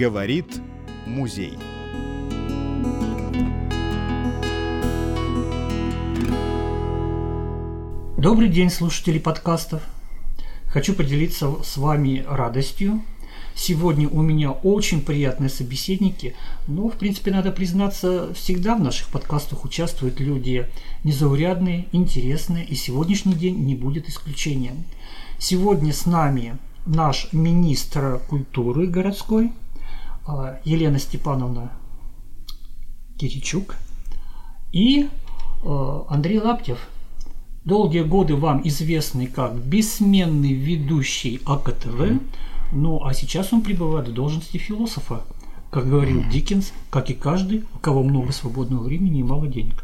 Говорит музей. Добрый день, слушатели подкастов. Хочу поделиться с вами радостью. Сегодня у меня очень приятные собеседники, но, в принципе, надо признаться, всегда в наших подкастах участвуют люди незаурядные, интересные, и сегодняшний день не будет исключением. Сегодня с нами наш министр культуры городской Елена Степановна Киричук и Андрей Лаптев. Долгие годы вам известный как бессменный ведущий АКТВ, ну а сейчас он пребывает в должности философа, как говорил Диккенс, как и каждый, у кого много свободного времени и мало денег.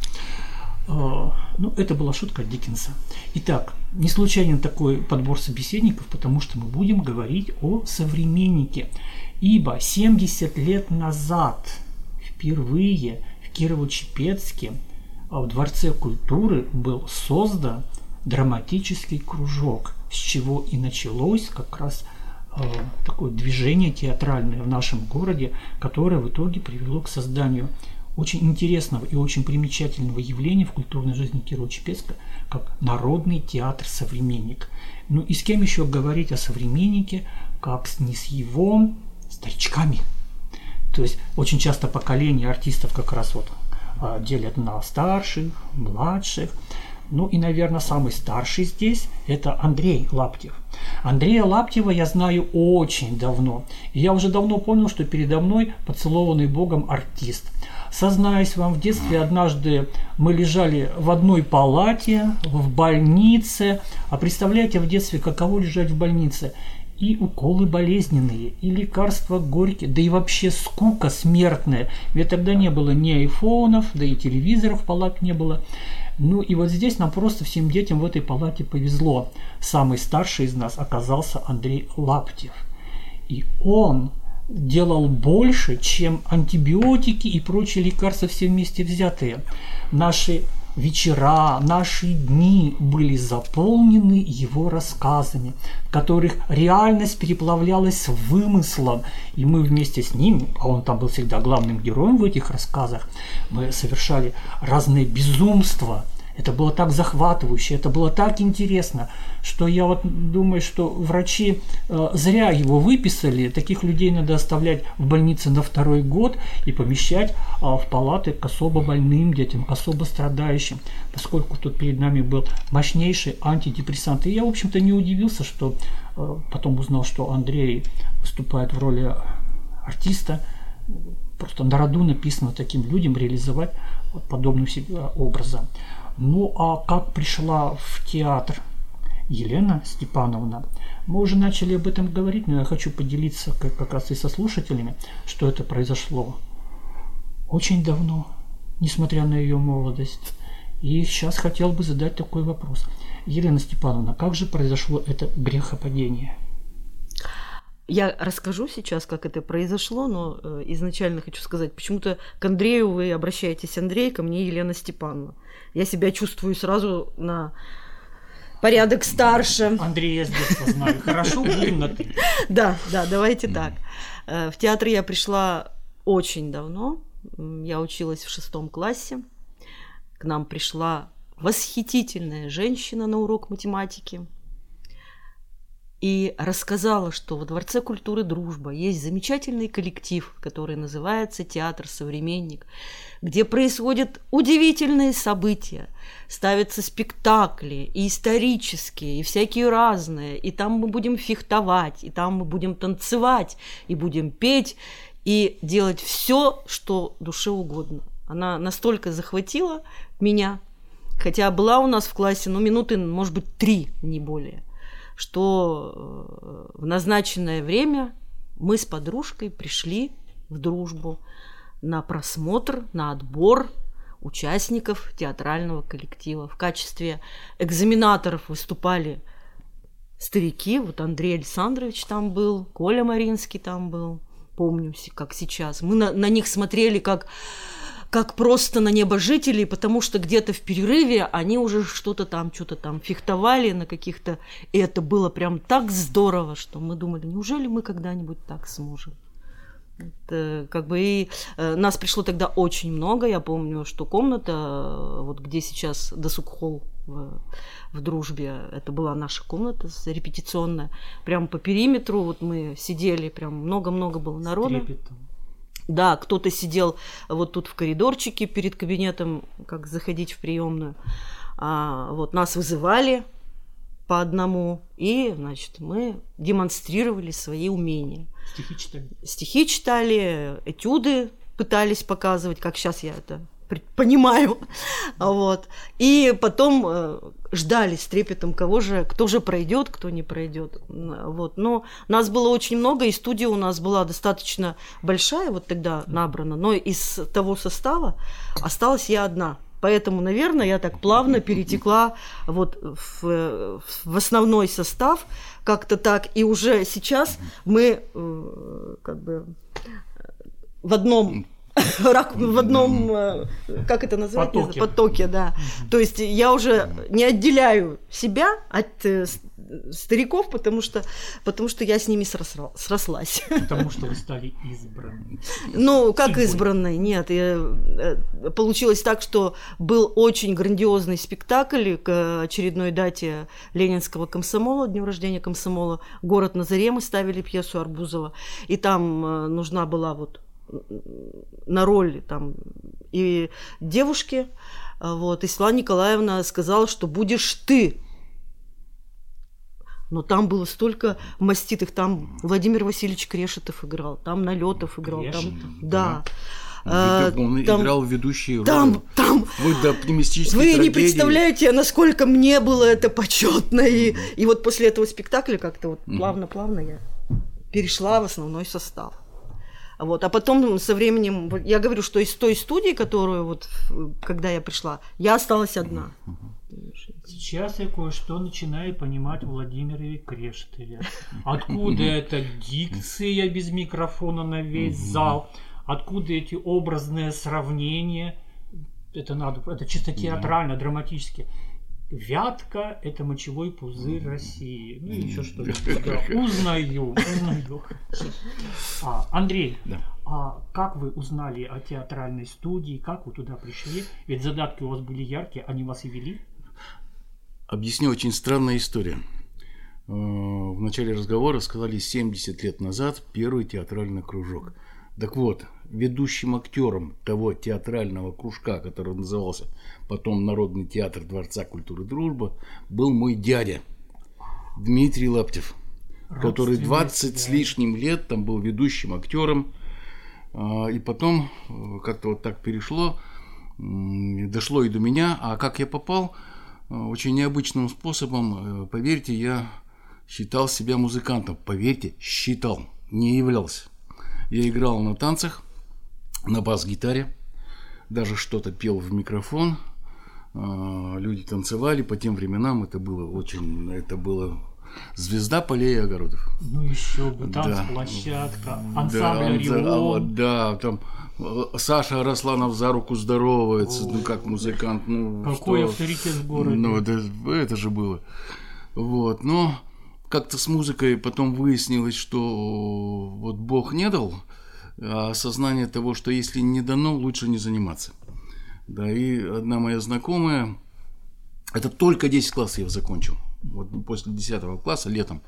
Ну, это была шутка Диккенса. Итак, не случайен такой подбор собеседников, потому что мы будем говорить о современнике. Ибо 70 лет назад впервые в Кирово-Чепецке в Дворце культуры был создан драматический кружок, с чего и началось как раз такое движение театральное в нашем городе, которое в итоге привело к созданию очень интересного и очень примечательного явления в культурной жизни Кирово-Чепецка, как народный театр-современник. Ну и с кем еще говорить о современнике, как не с его старичками. То есть очень часто поколение артистов как раз вот делят на старших, младших. Ну и, наверное, самый старший здесь – это Андрей Лаптев. Андрея Лаптева я знаю очень давно. И я уже давно понял, что передо мной поцелованный Богом артист. Сознаюсь вам, в детстве однажды мы лежали в одной палате, в больнице. А представляете, в детстве каково лежать в больнице? И уколы болезненные, и лекарства горькие, да и вообще скука смертная. Ведь тогда не было ни айфонов, да и телевизоров в палате не было. Ну и вот здесь нам просто всем детям в этой палате повезло. Самый старший из нас оказался Андрей Лаптев. И он делал больше, чем антибиотики и прочие лекарства все вместе взятые. Наши вечера, наши дни были заполнены его рассказами, в которых реальность переплавлялась с вымыслом. И мы вместе с ним, а он там был всегда главным героем в этих рассказах, мы совершали разные безумства. Это было так захватывающе, это было так интересно, что я вот думаю, что врачи зря его выписали. Таких людей надо оставлять в больнице на второй год и помещать в палаты к особо больным детям, к особо страдающим, поскольку тут перед нами был мощнейший антидепрессант. И я, в общем-то, не удивился, что потом узнал, что Андрей выступает в роли артиста. Просто на роду написано таким людям реализовать подобного себя образа. Ну а как пришла в театр Елена Степановна, мы уже начали об этом говорить, но я хочу поделиться как раз и со слушателями, что это произошло очень давно, несмотря на ее молодость. И сейчас хотел бы задать такой вопрос. Елена Степановна, как же произошло это грехопадение? Я расскажу сейчас, как это произошло, но изначально хочу сказать, почему-то к Андрею вы обращаетесь, Андрей, ко мне Елена Степановна. Я себя чувствую сразу на порядок старше. Андрей, я с детства знаю. Хорошо, будем на «ты». Да, давайте так. В театр я пришла очень давно. Я училась в 6 классе. К нам пришла восхитительная женщина на урок математики. И рассказала, что во Дворце культуры «Дружба» есть замечательный коллектив, который называется «Театр Современник», где происходят удивительные события, ставятся спектакли и исторические, и всякие разные, и там мы будем фехтовать, и там мы будем танцевать, и будем петь, и делать все, что душе угодно. Она настолько захватила меня, хотя была у нас в классе, минуты, может быть, 3, не более, что в назначенное время мы с подружкой пришли в «Дружбу» на просмотр, на отбор участников театрального коллектива. В качестве экзаменаторов выступали старики. Вот Андрей Александрович там был, Коля Маринский там был. Помню, как сейчас. Мы на них смотрели как просто на небожителей, потому что где-то в перерыве они уже что-то там фехтовали на каких-то... И это было прям так здорово, что мы думали, неужели мы когда-нибудь так сможем? Это как бы и нас пришло тогда очень много. Я помню, что комната, вот где сейчас досуг-холл в Дружбе, это была наша комната репетиционная. Прямо по периметру вот мы сидели, прям много-много было народа. Да, кто-то сидел вот тут в коридорчике перед кабинетом, как заходить в приемную. Вот нас вызывали по одному, и, значит, мы демонстрировали свои умения. Стихи читали, этюды пытались показывать, как сейчас я это понимаю. Вот. И потом ждали с трепетом, кто же пройдет, кто не пройдет. Вот. Но нас было очень много, и студия у нас была достаточно большая, вот тогда набрана, но из того состава осталась я одна. Поэтому, наверное, я так плавно перетекла вот в основной состав, как-то так. И уже сейчас мы как бы в одном, как это назвать? Потоке, да. То есть я уже не отделяю себя от стариков, потому что я с ними срослась. Потому что вы стали избранной. Ну, как избранной? Нет. Получилось так, что был очень грандиозный спектакль к очередной дате Ленинского комсомола, дню рождения комсомола. «Город на заре» мы ставили пьесу Арбузова. И там нужна была вот на роль там и девушки. Вот. И Светлана Николаевна сказала, что будешь ты. Но там было столько маститых, там Владимир Васильевич Крешетов играл, там Налетов играл, там, да. Он играл ведущие роли. Вы не представляете, насколько мне было это почетно. И вот после этого спектакля как-то вот плавно-плавно я перешла в основной состав. Вот. А потом со временем, я говорю, что из той студии, которую вот, когда я пришла, я осталась одна. Сейчас я кое-что начинаю понимать в Владимире Крешетове. Откуда эта дикция без микрофона на весь зал? Откуда эти образные сравнения? Это чисто театрально, драматически. Вятка – это мочевой пузырь России. Ну, еще что-нибудь. Узнаю. Андрей, а как вы узнали о театральной студии? Как вы туда пришли? Ведь задатки у вас были яркие, они вас и вели. Объясню, очень странная история. В начале разговора сказали 70 лет назад первый театральный кружок. Так вот, ведущим актером того театрального кружка, который назывался потом Народный театр Дворца культуры «Дружба», был мой дядя Дмитрий Лаптев, который 20 с лишним лет там был ведущим актером. И потом как-то вот так перешло, дошло и до меня. А как я попал? Очень необычным способом. Поверьте, я считал себя музыкантом. Поверьте, считал, не являлся. Я играл на танцах, на бас-гитаре, даже что-то пел в микрофон. Люди танцевали. По тем временам это было звезда полей и огородов. Ну еще бы, танцплощадка, ансамбль «Орион». Да, там Саша Арасланов за руку здоровается, как музыкант. Какой авторитет в городе. Это же было. Вот, но как-то с музыкой потом выяснилось, что вот Бог не дал, а осознание того, что если не дано, лучше не заниматься. Да, и одна моя знакомая, это только 10 классов я закончил. Вот после 10 класса, летом,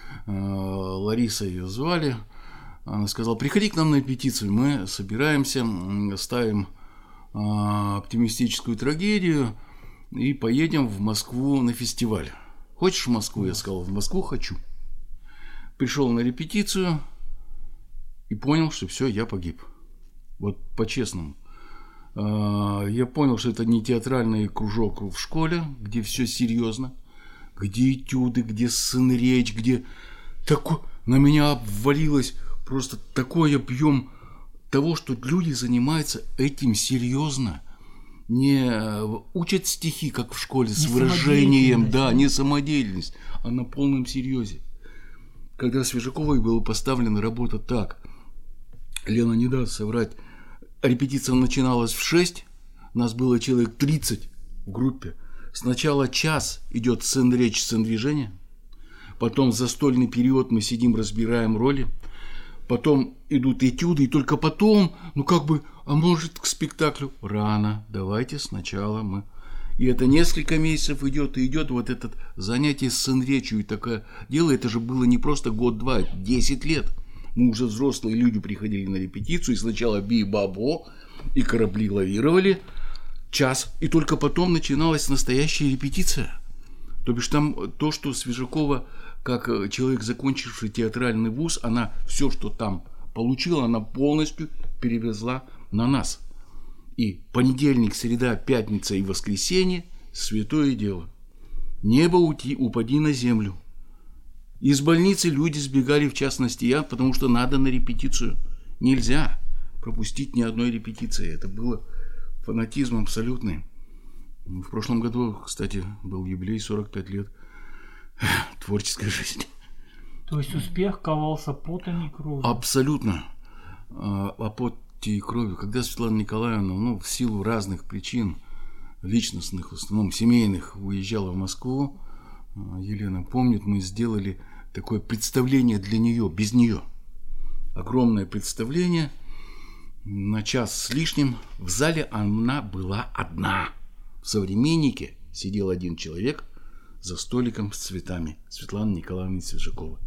Лариса ее звали, она сказала: приходи к нам на репетицию, мы собираемся, ставим оптимистическую трагедию и поедем в Москву на фестиваль. Хочешь в Москву? Я сказал: в Москву хочу. Пришел на репетицию и понял, что все, я погиб. Вот по-честному. Я понял, что это не театральный кружок в школе, где все серьезно, где этюды, где сценречь, где такое... На меня обвалилось просто такой объем того, что люди занимаются этим серьезно. Не учат стихи, как в школе, с выражением, да, не самодеятельность, а на полном серьезе. Когда Свежаковой была поставлена работа так, Лена не даст соврать, репетиция начиналась в 6, нас было человек 30 в группе. Сначала час идет сцен-речь, сцен-движение, потом застольный период мы сидим, разбираем роли, потом идут этюды, и только потом, а может, к спектаклю. Рано, давайте сначала мы. И это несколько месяцев идет, и идет вот это занятие сценречью, и такое дело, это же было не просто год-два, 10 лет. Мы уже взрослые люди приходили на репетицию, и сначала би-бабо, и корабли лавировали час, и только потом начиналась настоящая репетиция. То бишь там то, что Свежакова, как человек, закончивший театральный вуз, она все, что там получила, она полностью перевезла на нас. И понедельник, среда, пятница и воскресенье – святое дело. Небо упади на землю. Из больницы люди сбегали, в частности я, потому что надо на репетицию. Нельзя пропустить ни одной репетиции. Это было фанатизм абсолютный. В прошлом году, кстати, был юбилей 45 лет творческой жизни. То есть успех ковался потом и кровью? Абсолютно. А поте и кровью. Когда Светлана Николаевна, в силу разных причин, личностных, в основном семейных, уезжала в Москву, Елена помнит, мы сделали такое представление для нее, без нее. Огромное представление на час с лишним. В зале она была одна. В «Современнике» сидел один человек за столиком с цветами. Светлана Николаевна Свежакова.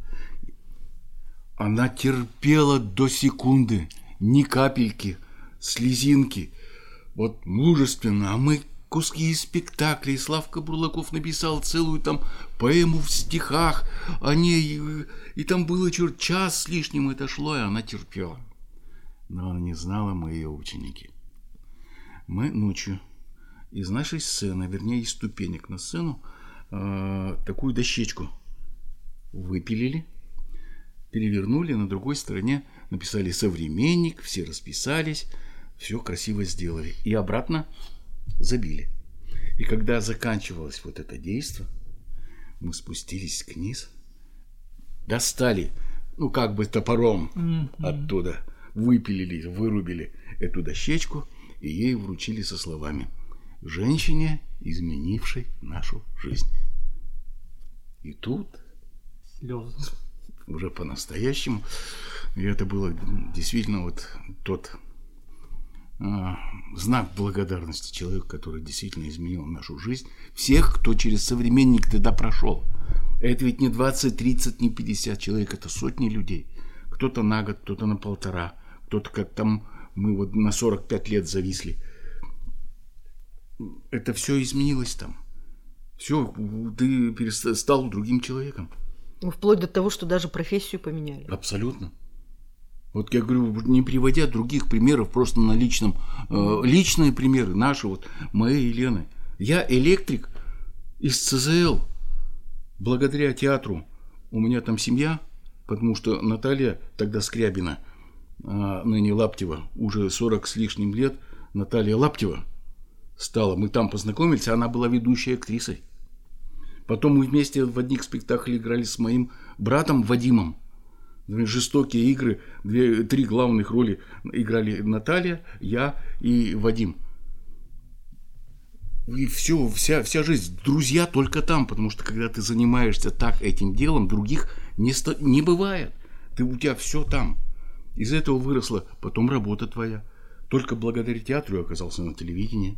Она терпела до секунды, ни капельки, слезинки. Вот мужественно. А мы куски из спектаклей. Славка Бурлаков написал целую там поэму в стихах о ней. И там было час с лишним это шло, и она терпела. Но она не знала, мы ее ученики. Мы ночью из нашей сцены, вернее, из ступенек на сцену, такую дощечку выпилили, перевернули, на другой стороне написали «Современник», все расписались, все красиво сделали. И обратно забили. И когда заканчивалось вот это действо, мы спустились вниз, достали, топором оттуда, выпилили, вырубили эту дощечку и ей вручили со словами: «Женщине, изменившей нашу жизнь». И тут слезы. Уже по-настоящему. И это было действительно тот знак благодарности человеку, который действительно изменил нашу жизнь. Всех, кто через «Современник» тогда прошел. Это ведь не 20, 30, не 50 человек, это сотни людей. Кто-то на год, кто-то на полтора, кто-то как там мы на 45 лет зависли. Это все изменилось там. Все, ты стал другим человеком. Вплоть до того, что даже профессию поменяли. Абсолютно. Вот я говорю, не приводя других примеров, просто на личном. Личные примеры наши, моей Елены. Я электрик из ЦЗЛ. Благодаря театру. У меня там семья, потому что Наталья, тогда Скрябина, ныне Лаптева, уже 40 с лишним лет, Наталья Лаптева стала. Мы там познакомились, она была ведущей актрисой. Потом мы вместе в одних спектаклях играли с моим братом Вадимом. «Жестокие игры». 3 главных роли играли Наталья, я и Вадим. И все, вся жизнь. Друзья только там, потому что когда ты занимаешься так этим делом, других не бывает. У тебя все там. Из этого выросла потом работа твоя. Только благодаря театру я оказался на телевидении.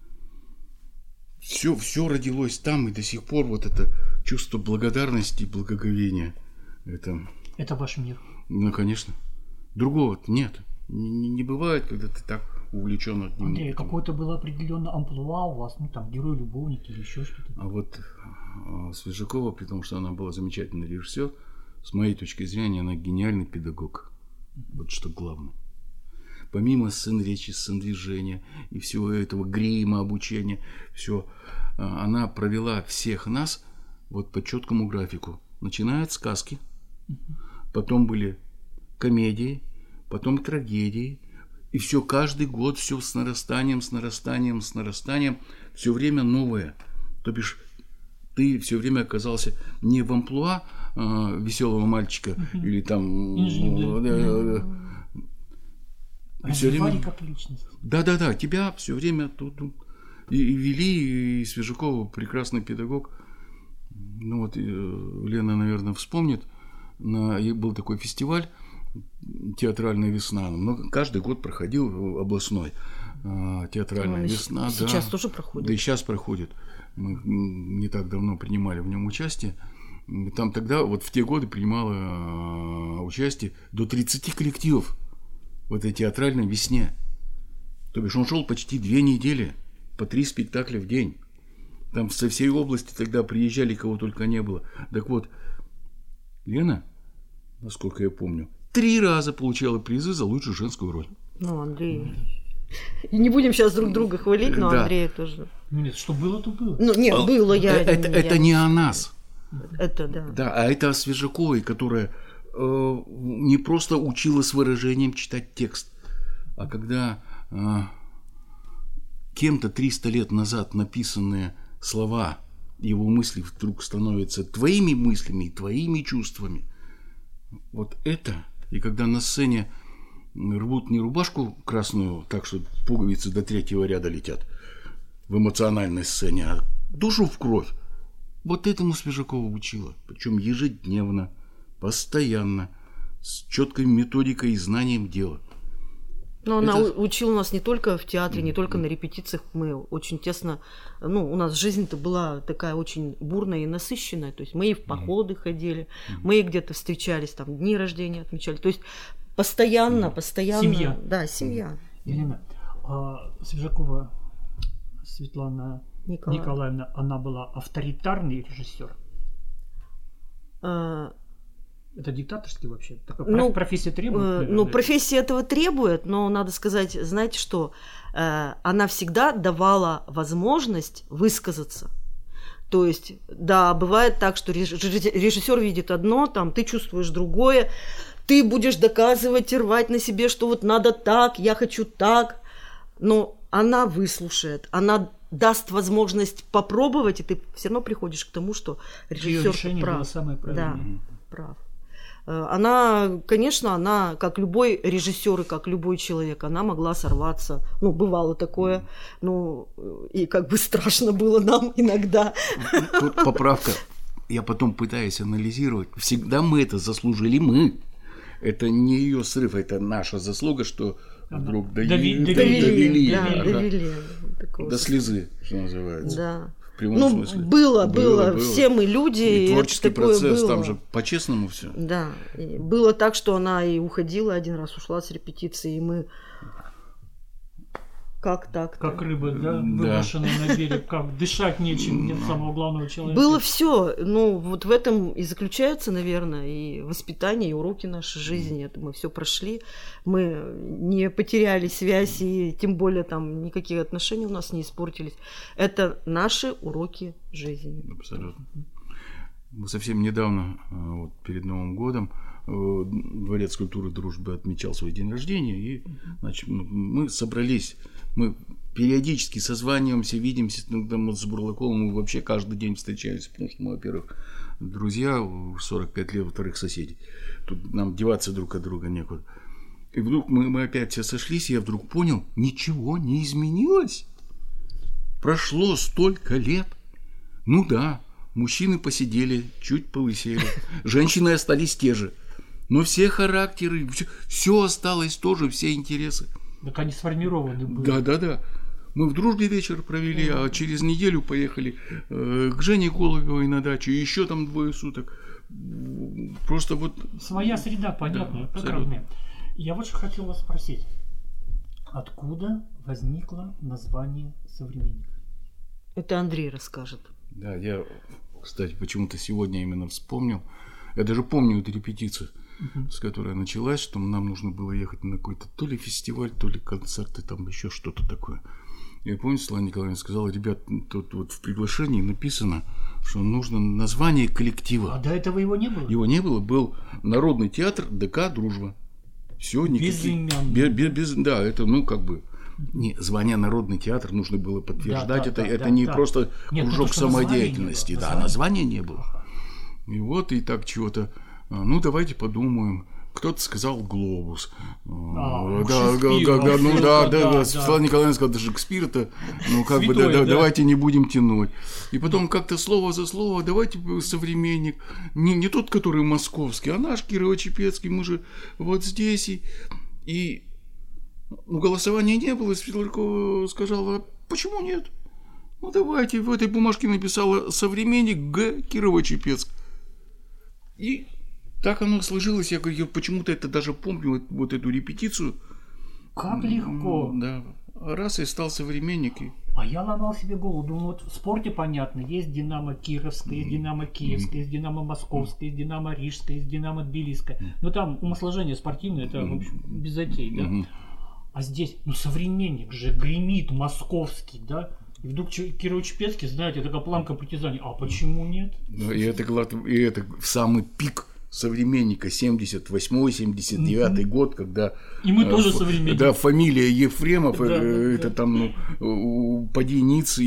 Все родилось там, и до сих пор это чувство благодарности и благоговения. Это ваш мир. Ну, конечно. Другого нет. Не бывает, когда ты так увлечен одним. Андрей, какое-то было определенное амплуа у вас, герой-любовник или еще что-то. А Свежакова, при том, что она была замечательный режиссер, с моей точки зрения, она гениальный педагог. Вот что главное. Помимо сцен речи, сцен движения и всего этого грима, обучения, все, она провела всех нас по четкому графику. Начиная от сказки, потом были комедии, потом трагедии, и все каждый год, все с нарастанием, все время новое. То бишь, ты все время оказался не в амплуа веселого мальчика или там... Развивали как личность. Да, тебя все время тут и вели, и Свежакова прекрасный педагог. Лена, наверное, вспомнит. Был такой фестиваль театральная весна. Каждый год проходил областной театральная весна. Сейчас тоже проходит. Да и сейчас проходит. Мы не так давно принимали в нем участие. Там тогда, вот в те годы принимало участие до 30 коллективов в этой театральной весне. То бишь он шел почти 2 недели, по 3 спектакля в день. Там со всей области тогда приезжали, кого только не было. Так вот, Лена, насколько я помню, 3 раза получала призы за лучшую женскую роль. Ну, Андрей... И не будем сейчас друг друга хвалить, но Андрея тоже. Нет, что было, то было. Ну, нет, было я. Это не о нас. Это да. Да, а это о Свежаковой, которая не просто училась выражением читать текст, а когда кем-то 300 лет назад написанные слова, его мысли вдруг становятся твоими мыслями и твоими чувствами. Вот это, и когда на сцене рвут не рубашку красную, так что пуговицы до 3-го ряда летят в эмоциональной сцене, а душу в кровь. Вот этому Свежакова учила. Причем ежедневно, постоянно, с четкой методикой и знанием дела. Но она учила нас не только в театре, не только на репетициях. Мы очень тесно... Ну, у нас жизнь-то была такая очень бурная и насыщенная. То есть мы и в походы ходили, мы и где-то встречались, там, дни рождения отмечали. То есть постоянно... Семья. Да, семья. Елена, Свежакова Светлана Николаевна, она была авторитарный режиссер? Это диктаторский вообще? Такая профессия требует? Ну, профессия этого требует, но надо сказать, знаете что, она всегда давала возможность высказаться. То есть, да, бывает так, что режиссер видит одно, там, ты чувствуешь другое, ты будешь доказывать и рвать на себе, что вот надо так, я хочу так, но она выслушает, она даст возможность попробовать, и ты все равно приходишь к тому, что режиссер прав. Было самое правильное. Да, прав. Она, конечно, она, как любой режиссер и как любой человек, она могла сорваться. Ну, бывало такое. Ну, и как бы страшно было нам иногда. Тут поправка. Я потом пытаюсь анализировать. Всегда мы это заслужили, мы. Это не ее срыв, это наша заслуга, что вдруг довели. До слезы, что называется. Да. В прямом смысле. Было. Все мы люди. И творческий процесс, было. там же по-честному все. Да. И было так, что она и уходила, один раз ушла с репетиции, и мы... Как так? Как рыба, да? Выброшенная на берег, как дышать нечем, нет самого главного человека. Было все. Ну, вот в этом и заключается, наверное, и воспитание, и уроки нашей жизни. Это мы все прошли. Мы не потеряли связь, и тем более там никакие отношения у нас не испортились. Это наши уроки жизни. Абсолютно. Совсем недавно, вот перед Новым годом, Дворец культуры и дружбы отмечал свой день рождения, и значит, мы собрались, мы периодически созваниваемся, видимся там, с Бурлаковым, мы вообще каждый день встречаемся, потому что мы, во-первых, друзья, 45 лет, во-вторых, соседи. Тут нам деваться друг от друга некуда. И вдруг мы опять все сошлись, и я вдруг понял, ничего не изменилось. Прошло столько лет. Ну да, мужчины посидели, чуть полысели, женщины остались те же. Но все характеры, все осталось тоже, все интересы. Так они сформированы были. Да. Мы в дружбе вечер провели, а через неделю поехали к Жене Гологовой на дачу, еще там 2 суток. Просто вот... Своя среда, понятно, да, как родные. Я вот что хотел вас спросить. Откуда возникло название «Современник»? Это Андрей расскажет. Да, я, кстати, почему-то сегодня именно вспомнил. Я даже помню эту репетицию, с которой началась, что нам нужно было ехать на какой-то то ли фестиваль, то ли концерты, там еще что-то такое. Я помню, Светлана Николаевна сказала, ребят, тут вот в приглашении написано, что нужно название коллектива. А до этого его не было? Его не было, был Народный театр ДК «Дружба». Все, безымянный. Да, это, ну, как бы... Не, звание Народный театр нужно было подтверждать. Это не просто кружок самодеятельности. Да, названия не было. И вот, и так чего-то. Ну, давайте подумаем. кто-то сказал «Глобус». Шекспир, Светлана Николаевна сказала, да Шекспир-то, Святой, давайте не будем тянуть. И потом как-то слово за слово, давайте современник, не тот, который московский, а наш Кирово-Чепецкий, мы же вот здесь. И голосования не было, Светлана сказала, почему нет? Ну, давайте, в этой бумажке написала «Современник Г. Кирово-Чепецк». И так оно сложилось, я говорю, я почему-то это даже помню, вот эту репетицию. Как легко. Да, раз и стал современник. А я ломал себе голову, думаю, вот в спорте понятно, есть «Динамо» Кировская, есть «Динамо» Киевская, есть «Динамо» Московская, есть «Динамо» Рижская, есть «Динамо» Тбилисская. Ну, там умосложение спортивное, это, в общем, без затей, да? А здесь, современник же гремит московский, да? И вдруг Кирово-Чепецкий, знаете, такая планка притязаний. А почему нет? И это в самый пик современника, 78-79 год, когда... И мы тоже современники. Да, фамилия Ефремов, там, поди ниц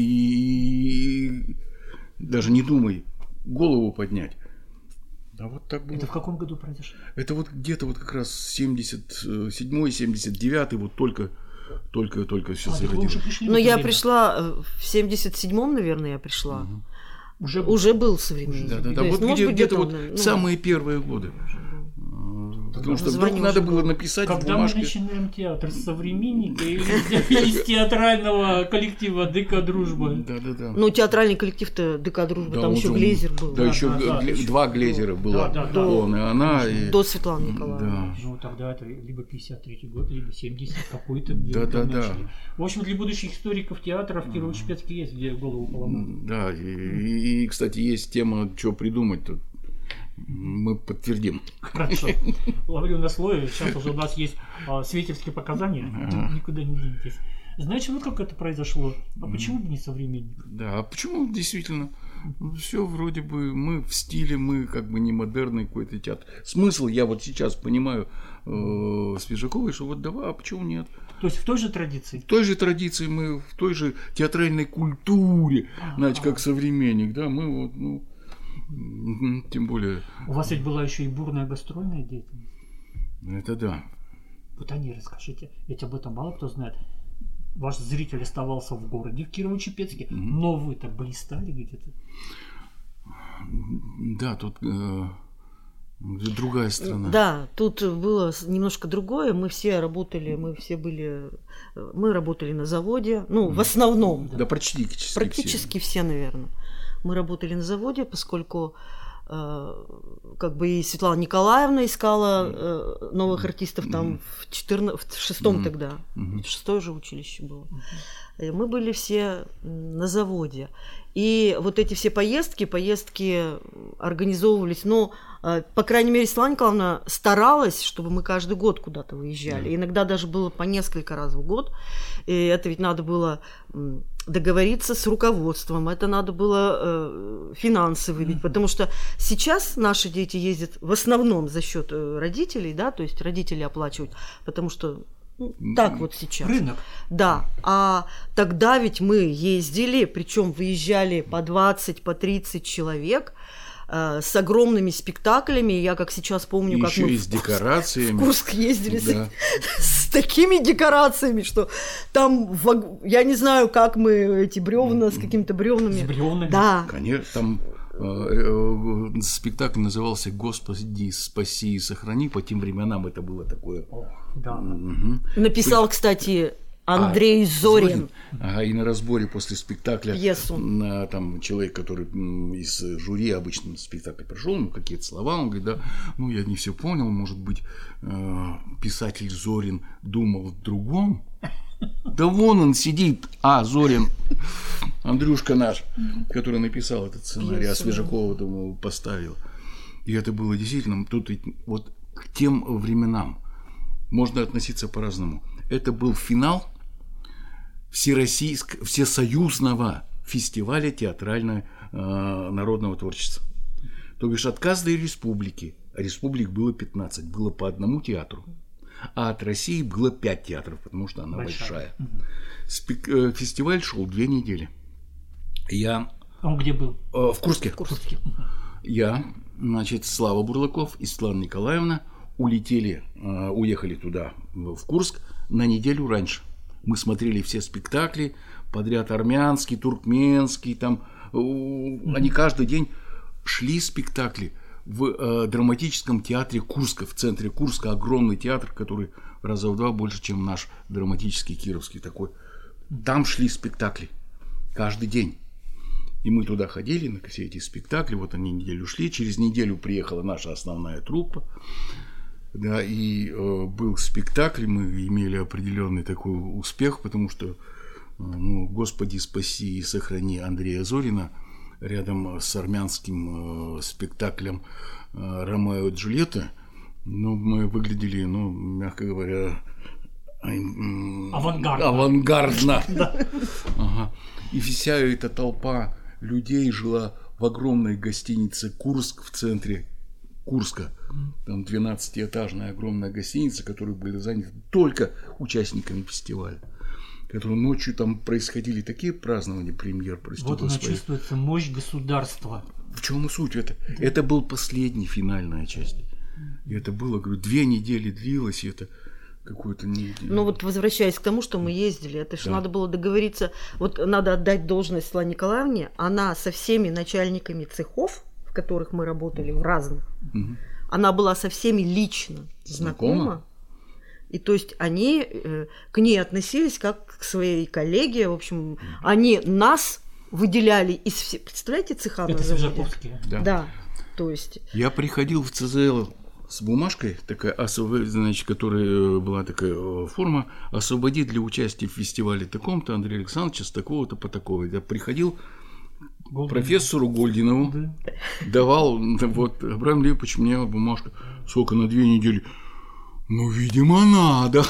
и даже не думай голову поднять. А вот так было. Это в каком году произошло? Это вот где-то вот как раз 77-й, 79-й, вот только все зародилось. Но я пришла в 77-м, наверное, я пришла. Уже был современник. Да. Вот где-то вот самые первые годы. Потому что вдруг надо было написать в бумажке. Когда мы начинаем театр с современника или из театрального коллектива ДК «Дружба»? Да. Ну, театральный коллектив-то ДК «Дружба», там еще Глейзер был. Да, еще два Глейзера было. Он и она. До Светланы Николаевны. Ну, тогда это либо 53-й год, либо 70 какой-то. Да. В общем, для будущих историков театра в Кирово-Чепецке есть где голову поломать. Да, и, кстати, есть тема, что придумать тут. Мы подтвердим. Хорошо. Ловлю на слове. Сейчас уже у нас есть свидетельские показания. Никуда не денетесь. Знаете, как это произошло? А почему бы не современник? Да, а почему действительно? Все вроде бы мы в стиле, мы как бы не модерный какой-то театр. Смысл я вот сейчас понимаю Свежаковой, что вот давай, а почему нет? То есть в той же традиции? В той же традиции, мы в той же театральной культуре, знаете, как современник, да, мы вот, тем более... У вас ведь была еще и бурная гастрольная деятельность. Это да. Вот о ней расскажите. Ведь об этом мало кто знает. Ваш зритель оставался в городе, в Кирово-Чепецке, но вы-то блистали где-то. Да, тут другая страна. Да, тут было немножко другое. Мы работали на заводе, в основном. Да, практически все, наверное. Мы работали на заводе, поскольку как бы и Светлана Николаевна искала новых артистов там в 6-м тогда. 6-е же училище было. Мы были все на заводе. И вот эти все поездки организовывались, по крайней мере, Светлана Николаевна старалась, чтобы мы каждый год куда-то выезжали. Иногда даже было по несколько раз в год. И это ведь надо было договориться с руководством, это надо было финансы выбить, потому что сейчас наши дети ездят в основном за счет родителей, да, то есть родители оплачивают, потому что так вот сейчас. Рынок. Да, а тогда ведь мы ездили, причем выезжали по 20, по 30 человек, с огромными спектаклями. Я как сейчас помню, и как еще мы и с декорациями. В Курск ездили с такими декорациями, что там, я не знаю, как мы эти бревна с какими-то бревнами. С бревнами? Да. Конечно, там спектакль назывался «Господи, спаси и сохрани». По тем временам это было такое. Да. Написал, кстати, Андрей Зорин. Ага, и на разборе после спектакля пьесу. Там человек, который из жюри обычно спектакль прошел, какие-то слова, он говорит, да, я не все понял, может быть, писатель Зорин думал в другом. Да вон он сидит, Зорин, Андрюшка наш, который написал этот сценарий, а Свежакова поставил. И это было действительно, тут вот к тем временам можно относиться по-разному. Это был финал всесоюзного фестиваля театрального народного творчества. То бишь от каждой республики, а республик было 15, было по одному театру, а от России было 5 театров, потому что она большая. Фестиваль шел 2 недели. Он где был? В Курске. Я, Слава Бурлаков и Светлана Николаевна уехали туда, в Курск, на неделю раньше. Мы смотрели все спектакли подряд, армянский, туркменский, там, они каждый день шли спектакли в драматическом театре Курска, в центре Курска, огромный театр, который раза в 2 больше, чем наш драматический кировский такой. Там шли спектакли каждый день. И мы туда ходили на все эти спектакли, вот они неделю шли, через неделю приехала наша основная труппа, да, и был спектакль, мы имели определенный такой успех, потому что, Господи, спаси и сохрани Андрея Зорина, рядом с армянским спектаклем «Ромео и Джульетта», мы выглядели, мягко говоря, авангардно. Ага. И вся эта толпа людей жила в огромной гостинице «Курск» в центре Курска. Там 12-этажная огромная гостиница, которая была занята только участниками фестиваля. Которые ночью там происходили такие празднования премьер, прости Вот Господи. она чувствуется мощь государства. В чем суть это? Это был последний, финальная часть. И это было, говорю, 2 недели длилось, и это какое-то не... Вот возвращаясь к тому, что мы ездили, это же надо было договориться, вот надо отдать должность Светлане Николаевне, она со всеми начальниками цехов, в которых мы работали, в разных, она была со всеми лично знакома. И то есть они к ней относились как к своей коллеге, в общем, они нас выделяли из всех, представляете, цеха Это Свежаковские. Да, то есть... Я приходил в ЦЗЛ с бумажкой, такая, значит, которая была такая форма, освободить для участия в фестивале таком-то Андрея Александровича с такого-то по такого. Я приходил к профессору Гольдинову, давал, вот, Абрам Леопольевич, мне бумажка, сколько, на 2 недели. Видимо, надо.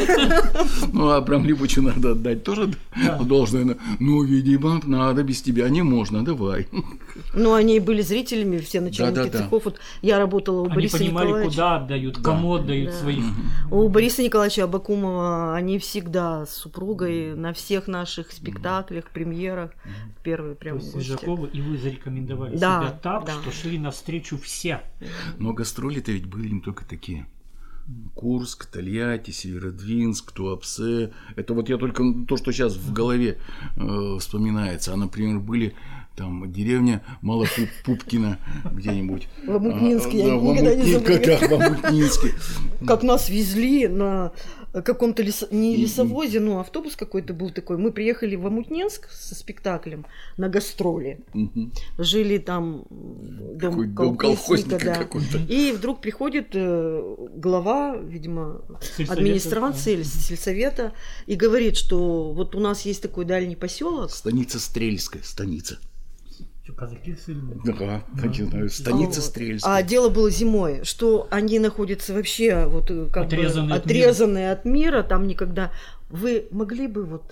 Абрам Липовичу надо отдать тоже должное. Видимо, надо, без тебя не можно, давай. Они были зрителями, все начальники цехов. Вот я работала у Бориса Николаевича. Они понимали, куда отдают, кому отдают своих. У Бориса Николаевича Абакумова они всегда с супругой на всех наших спектаклях, премьерах. Первые прям гости. Свежакова, и вы зарекомендовали себя так, что шли навстречу все. Но гастроли-то ведь были не только такие. Курск, Тольятти, Северодвинск, Туапсе. Это вот я только то, что сейчас в голове вспоминается. А, например, были там деревня Малопупкина где-нибудь. В Амутнинске, я никогда не забуду. В Амутнинске. Как нас везли на каком-то не лесовозе, но автобус какой-то был такой. Мы приехали в Амутнинск со спектаклем на гастроли. Жили там дом колхозника, какой-то. И вдруг приходит глава, видимо, администрации или сельсовета и говорит, что вот у нас есть такой дальний поселок. Станица Стрельская, станица. Казаки сильные. Да, станица Стрельская. А дело было зимой, что они находятся вообще вот как бы отрезанные от мира, там никогда. Вы могли бы вот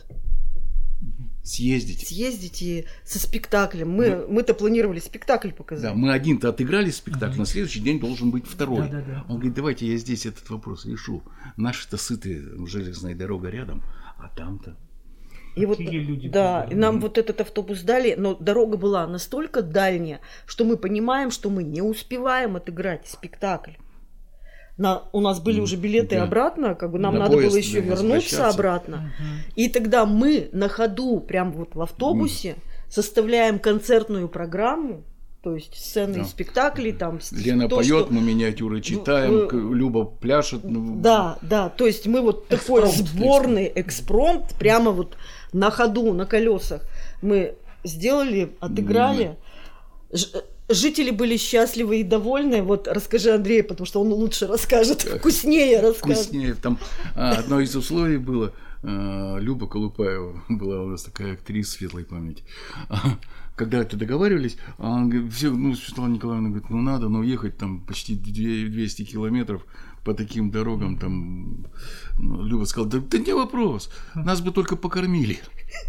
съездить и со спектаклем. Мы-то планировали спектакль показать. Да, мы один-то отыграли спектакль, на следующий день должен быть второй. Он говорит, давайте я здесь этот вопрос решу. Наши-то сытые, железная дорога рядом, а там-то. И вот, люди и нам вот этот автобус дали, но дорога была настолько дальняя, что мы понимаем, что мы не успеваем отыграть спектакль. У нас были уже билеты обратно, как бы нам надо было еще вернуться обратно. И тогда мы на ходу, прям вот в автобусе, составляем концертную программу, то есть сцены из спектаклей. Там, Лена поет, мы миниатюры читаем, Люба пляшет. Да, то есть мы вот такой сборный экспромт, прямо вот на ходу, на колесах мы сделали, отыграли. Жители были счастливы и довольны. Вот расскажи, Андрей, потому что он лучше расскажет, вкуснее расскажет. Вкуснее. Там одно из условий было, Люба Колупаева была у нас такая актриса светлой памяти. Когда это договаривались, Светлана Николаевна говорит, надо, ехать там почти 200 километров по таким дорогам. Там Люба сказала, да не вопрос, нас бы только покормили.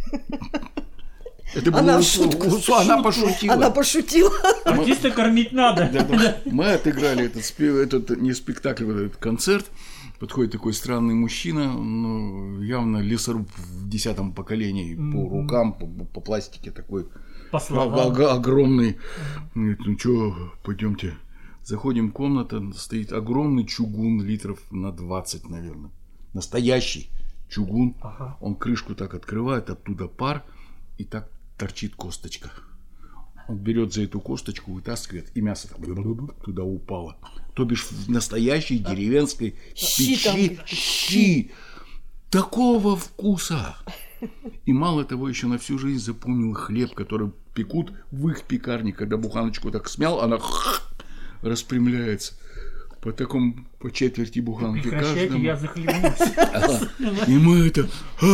Это было она пошутила. Она пошутила. Артиста кормить надо. Мы отыграли этот не спектакль, этот концерт. Подходит такой странный мужчина, явно лесоруб в 10-м поколении, по рукам, по пластике такой огромный. Говорит, пойдемте Заходим в комнату, стоит огромный чугун литров на 20, наверное. Настоящий чугун. Ага. Он крышку так открывает, оттуда пар, и так торчит косточка. Он берет за эту косточку, вытаскивает, и мясо туда упало. То бишь в настоящей деревенской печи щи. Такого вкуса. И мало того, еще на всю жизнь запомнил хлеб, который пекут в их пекарне, когда буханочку так смял, она распрямляется. По четверти буханки каждому. Я захлебнулся. И мы это...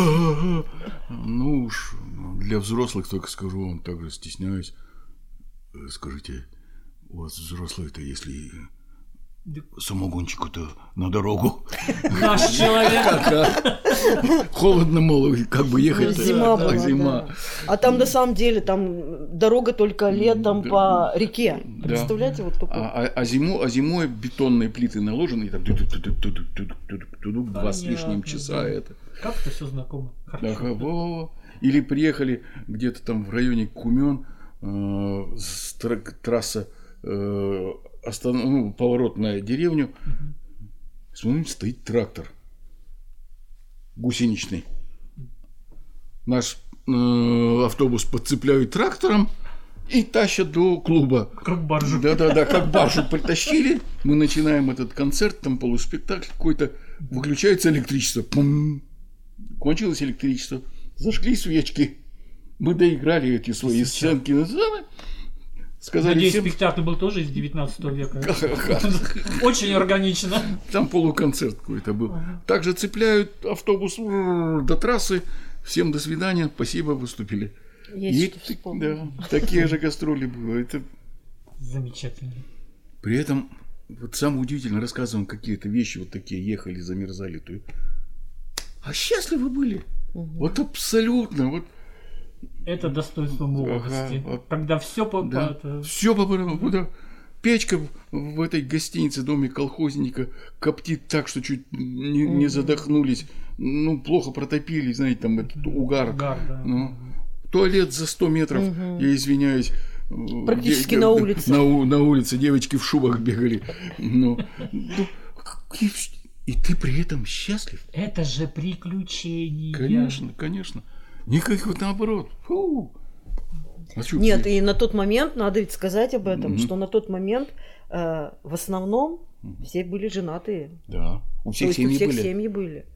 Ну уж, для взрослых только скажу вам, также стесняюсь. Скажите, у вас взрослые-то, если самогончику-то на дорогу. Наш человек. Холодно, мол, как бы ехать. Зима была, зима. да. А там на самом деле там дорога только летом по реке. Представляете, вот такой. А зимой бетонные плиты наложены, и там 2 с лишним часа это. Как это все знакомо. Или приехали где-то там в районе Кумен, трасса, поворот на деревню. Смотрим, стоит трактор гусеничный. Наш автобус подцепляют трактором и тащат до клуба. Как баржу. Да, как баржу притащили. Мы начинаем этот концерт, там полуспектакль какой-то. Выключается электричество. Пум. Кончилось электричество. Зажгли свечки. Мы доиграли эти свои сценки. Сказали, надеюсь, всем... спектакль был тоже из 19 века. Очень органично. Там полуконцерт какой-то был. Также цепляют автобус до трассы. Всем до свидания, спасибо, выступили. Да, такие же гастроли было. Это... Замечательно. При этом, вот самое удивительное, рассказываем какие-то вещи, вот такие, ехали, замерзали. А счастливы были. Вот абсолютно. Вот. Это достоинство молодости. Когда все все по печка в этой гостинице, доме колхозника, коптит так, что чуть не задохнулись. Ну, плохо протопили, знаете, там этот угар. Туалет за 100 метров, я извиняюсь. Практически на улице. На улице девочки в шубах бегали. И ты при этом счастлив. Это же приключение. Конечно. Никаких, наоборот. Фу. Нет, и на тот момент, надо ведь сказать об этом, что на тот момент в основном все были женатые. Да, у всех семьи были.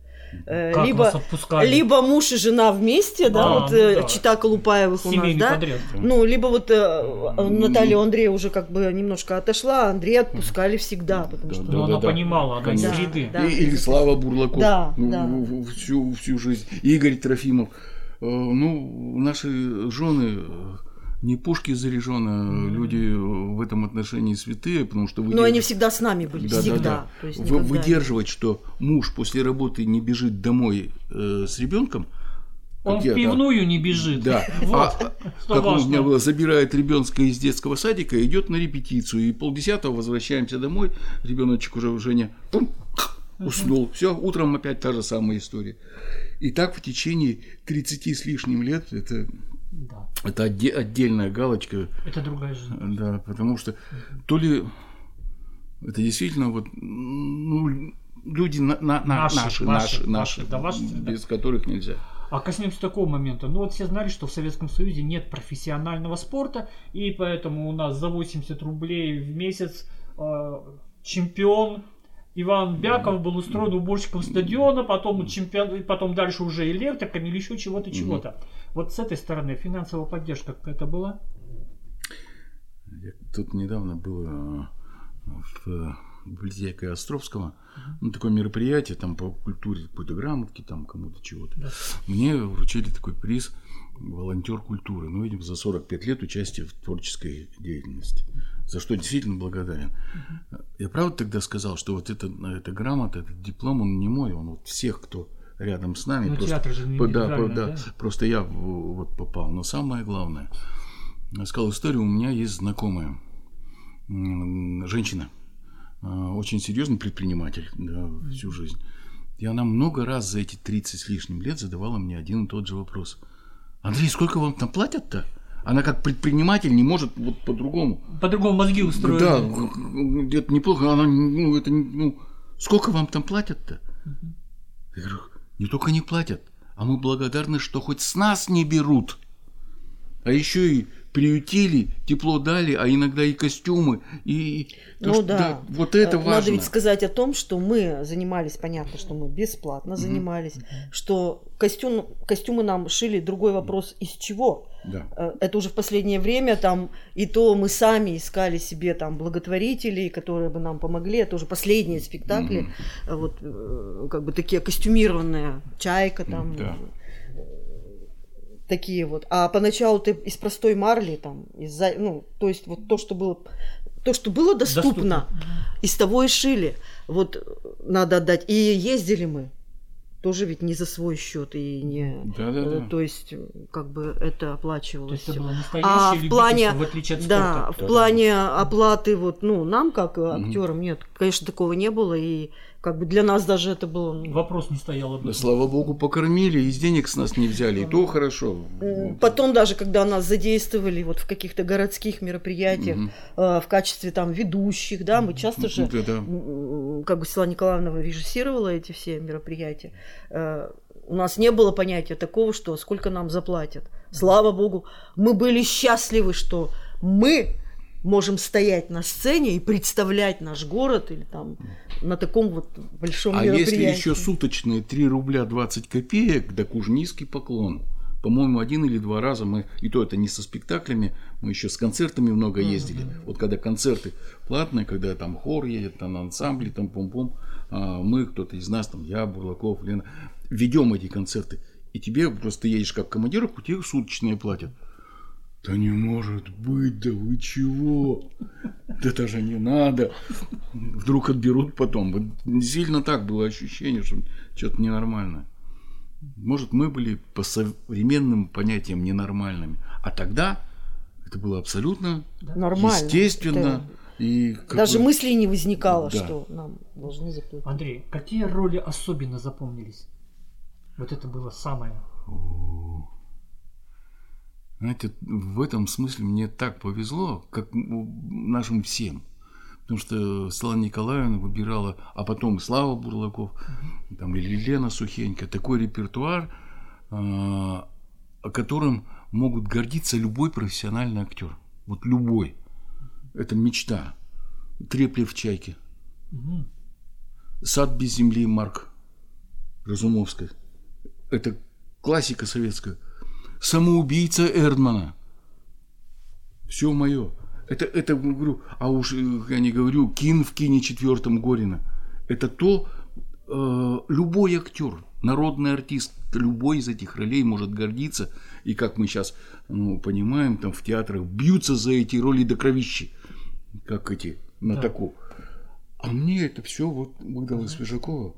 Либо муж и жена вместе, чета Колупаевых у нас, да? Подряд. Ну, либо вот Наталья Андрея уже как бы немножко отошла, а Андрея отпускали всегда, потому что... Но она понимала, она из среды. Или Слава Бурлаков всю жизнь. Игорь Трофимов. Ну, наши жены не пушки заряжены, люди в этом отношении святые, потому что... Но они всегда с нами были, всегда. То есть выдерживать, что муж после работы не бежит домой с ребенком. Он в пивную не бежит. Да. Как у меня было, забирает ребенка из детского садика, идет на репетицию, и 9:30 возвращаемся домой, ребеночек уже Женя уснул. Все, утром опять та же самая история. И так в течение 30 с лишним лет это отдельная галочка. Это другая жизнь. Да, потому что то ли это действительно вот люди наши, без которых нельзя. А коснемся такого момента. Ну вот все знали, что в Советском Союзе нет профессионального спорта, и поэтому у нас за 80 рублей в месяц чемпион Иван Бяков был устроен уборщиком стадиона, потом дальше уже электриком или еще чего-то. Вот с этой стороны финансовая поддержка какая-то была? Тут недавно было в библиотеке Островского такое мероприятие, там по культуре какой-то грамотки, там кому-то чего-то. Да. Мне вручили такой приз волонтер культуры. Ну, видимо, за 45 лет участия в творческой деятельности. За что действительно благодарен. Я правда тогда сказал, что вот эта грамота, этот диплом, он не мой, он вот всех, кто рядом с нами. Ну, театр же не да? Просто я вот попал. Но самое главное, я сказал историю, у меня есть знакомая женщина, очень серьезный предприниматель, всю жизнь. И она много раз за эти 30 с лишним лет задавала мне один и тот же вопрос. Андрей, сколько вам там платят-то? Она как предприниматель не может вот по-другому. По-другому мозги устроены. Да, это неплохо. Она, сколько вам там платят-то? Я говорю, не только не платят, а мы благодарны, что хоть с нас не берут. А еще и приютили, тепло дали, а иногда и костюмы. И вот это важно. Надо ведь сказать о том, что мы занимались, понятно, что мы бесплатно занимались, что костюмы нам шили. Другой вопрос, из чего? Да. Это уже в последнее время там, и то мы сами искали себе там благотворителей, которые бы нам помогли. Это уже последние спектакли, вот как бы такие костюмированные, «Чайка» там. Да. Такие вот. А поначалу ты из простой марли, там, то есть вот то, что было доступно. Из того и шили. Вот надо отдать. И ездили мы. Тоже ведь не за свой счет и не. Да. То есть, как бы это оплачивалось. То есть это было настоящее любительство, в отличие от спорта. Да, в плане оплаты, вот, нам, как актерам, нет, конечно, такого не было. И как бы для нас даже это было. Вопрос не стоял об этом. Да, слава богу, покормили, из денег с нас не взяли, и то хорошо. Потом даже, когда нас задействовали вот в каких-то городских мероприятиях в качестве там ведущих, да, мы часто же, как бы Светлана Николаевна режиссировала эти все мероприятия, у нас не было понятия такого, что сколько нам заплатят. Слава богу, мы были счастливы, что мы можем стоять на сцене и представлять наш город или там на таком вот большом мероприятии. А если еще суточные 3 рубля 20 копеек, так уж низкий поклон. По-моему, 1 или 2 раза мы, и то это не со спектаклями, мы еще с концертами много ездили. Вот когда концерты платные, когда там хор едет, там ансамбли, там пум-пум, мы, кто-то из нас, там я, Бурлаков, Лена, ведем эти концерты. И тебе просто едешь как командировку, тебе суточные платят. Да не может быть, да вы чего? Да это же не надо. Вдруг отберут потом. Вот сильно так было ощущение, что что-то ненормальное. Может, мы были по современным понятиям ненормальными. А тогда это было абсолютно нормально, естественно. И даже мыслей не возникало, что нам должны заплатить. Андрей, какие роли особенно запомнились? Вот это было самое... Знаете, в этом смысле мне так повезло, как нашим всем. Потому что Светлана Николаевна выбирала, а потом и Слава Бурлаков, там, или Лена Сухенько, такой репертуар, которым могут гордиться любой профессиональный актер. Вот любой. Это мечта. Треплев в «Чайке». «Сад без земли» Марк Разумовской. Это классика советская. «Самоубийца» Эрдмана. Все мое. Это говорю, а уж я не говорю, «Кин в кине» 4 Горина. Это то, любой актер, народный артист, любой из этих ролей может гордиться. И как мы сейчас понимаем, там в театрах бьются за эти роли до кровищи. Как эти, на таку. А мне это все вот Богдана Свежакова.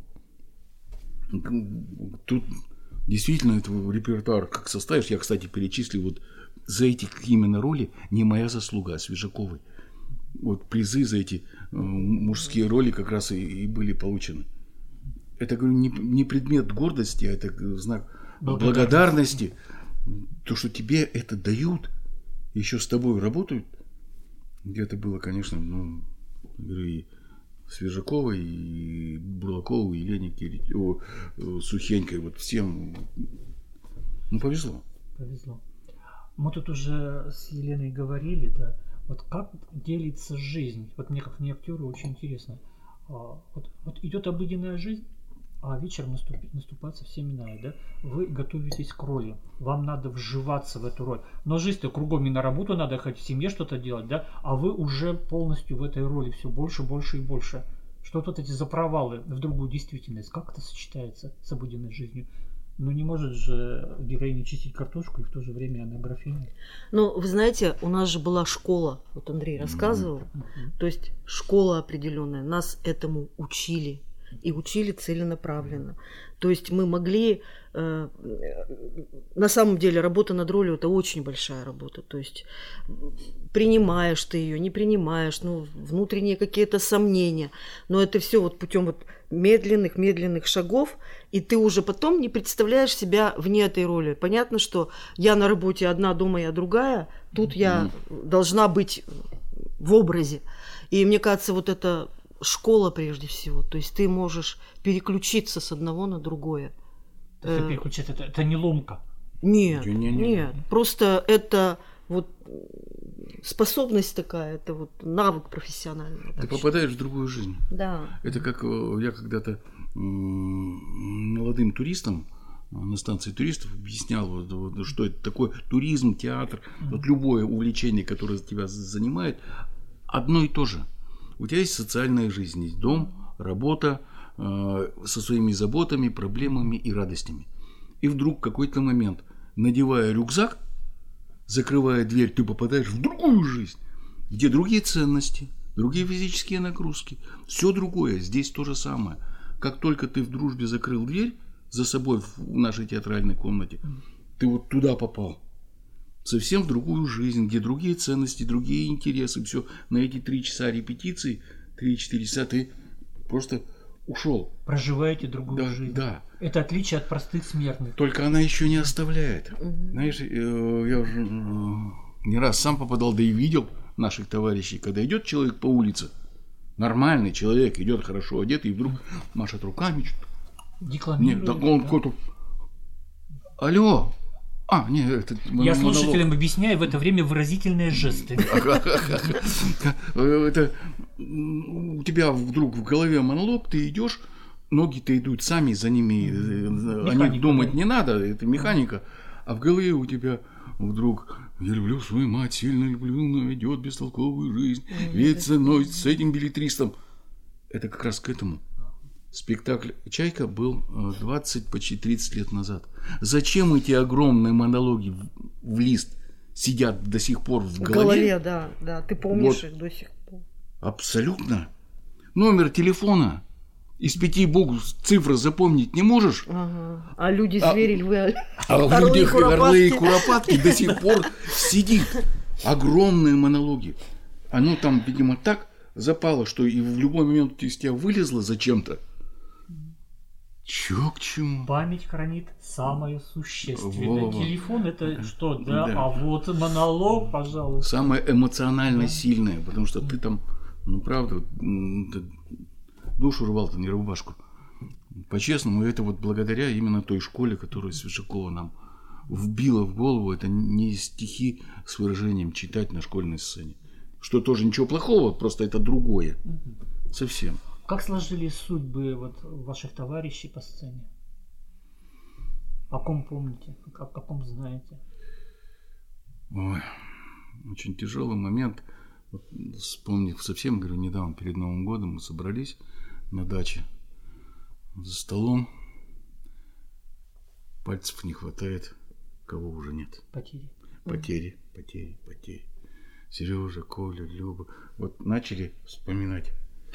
Тут действительно, этого репертуар как составишь, я, кстати, перечислил вот за эти именно роли не моя заслуга, а Свежаковой. Вот призы за эти мужские роли как раз и были получены. Это, говорю, не предмет гордости, а это знак благодарности. То, что тебе это дают, еще с тобой работают. Это было, конечно, говорю, и Свежаковой, и Бурлаковой, и Лене Сухенькой, вот всем. Повезло. Повезло. Мы тут уже с Еленой говорили, да, вот как делится жизнь. Вот мне как не актеру очень интересно. Вот идет обыденная жизнь, а вечер наступает совсем иная, да? Вы готовитесь к роли, вам надо вживаться в эту роль. Но жизнь-то кругом, и на работу надо хоть в семье что-то делать, да? А вы уже полностью в этой роли все больше, больше и больше. Что тут эти запровалы в другую действительность? Как это сочетается с обыденной жизнью? Ну, не может же героиня чистить картошку, и в то же время она графиня. Ну, вы знаете, у нас же была школа, вот Андрей рассказывал, то есть школа определенная, нас этому учили. и учили целенаправленно. То есть мы могли... на самом деле работа над ролью – это очень большая работа. То есть принимаешь ты ее, не принимаешь, внутренние какие-то сомнения. Но это все вот путем вот медленных шагов, и ты уже потом не представляешь себя вне этой роли. Понятно, что я на работе одна, дома я другая, тут я должна быть в образе. И мне кажется, вот это школа прежде всего. То есть ты можешь переключиться с одного на другое. Это переключиться, это не ломка. Нет. Просто это вот способность такая, это вот навык профессиональный. Ты попадаешь в другую жизнь. Да. Это как я когда-то молодым туристам на станции туристов объяснял, что это такое туризм, театр, вот любое увлечение, которое тебя занимает, одно и то же. У тебя есть социальная жизнь, есть дом, работа со своими заботами, проблемами и радостями. И вдруг в какой-то момент, надевая рюкзак, закрывая дверь, ты попадаешь в другую жизнь, где другие ценности, другие физические нагрузки, все другое, здесь то же самое. Как только ты в дружбе закрыл дверь за собой в нашей театральной комнате, ты вот туда попал. Совсем в другую жизнь, где другие ценности, другие интересы, все. На эти 3 часа репетиции, 3-4 часа ты просто ушел. Проживаете другую жизнь. Да. Это отличие от простых смертных. Только она еще не оставляет. Знаешь, я уже не раз сам попадал, да и видел наших товарищей, когда идет человек по улице, нормальный человек, идет хорошо одетый, и вдруг машет руками. Декламирует. Нет, он какой-то... Алло! Это я слушателям объясняю в это время выразительные жесты. Это у тебя вдруг в голове монолог, ты идешь, ноги-то идут сами, за ними о них думать не надо, это механика. А в голове у тебя вдруг: я люблю свою мать, сильно люблю, но идет бестолковую жизнь, ведь с этим беллетристом. Это как раз к этому. Спектакль «Чайка» был 20, почти 30 лет назад. Зачем эти огромные монологи в лист сидят до сих пор в голове? В голове, да. Ты помнишь их до сих пор. Абсолютно. Номер телефона из 5 букв цифры запомнить не можешь? Ага. А люди-звери, львы, орлы и куропатки до сих пор сидит. Огромные монологи. Оно там, видимо, так запало, что и в любой момент из тебя вылезло зачем-то. Чё к чему? Память хранит самое существенное. Телефон это что? Да. А вот монолог, пожалуйста. Самое эмоционально сильное, потому что ты там, правда, душу рвал-то, не рубашку. По-честному, это вот благодаря именно той школе, которую Свежакова нам вбила в голову, это не стихи с выражением читать на школьной сцене. Что тоже ничего плохого, просто это другое. Совсем. Как сложились судьбы ваших товарищей по сцене? О ком помните? О ком знаете? Ой, очень тяжелый момент. Вот, вспомнив совсем, говорю, недавно, перед Новым годом мы собрались на даче за столом. Пальцев не хватает, кого уже нет. Потери. Сережа, Коля, Люба. Вот начали вспоминать.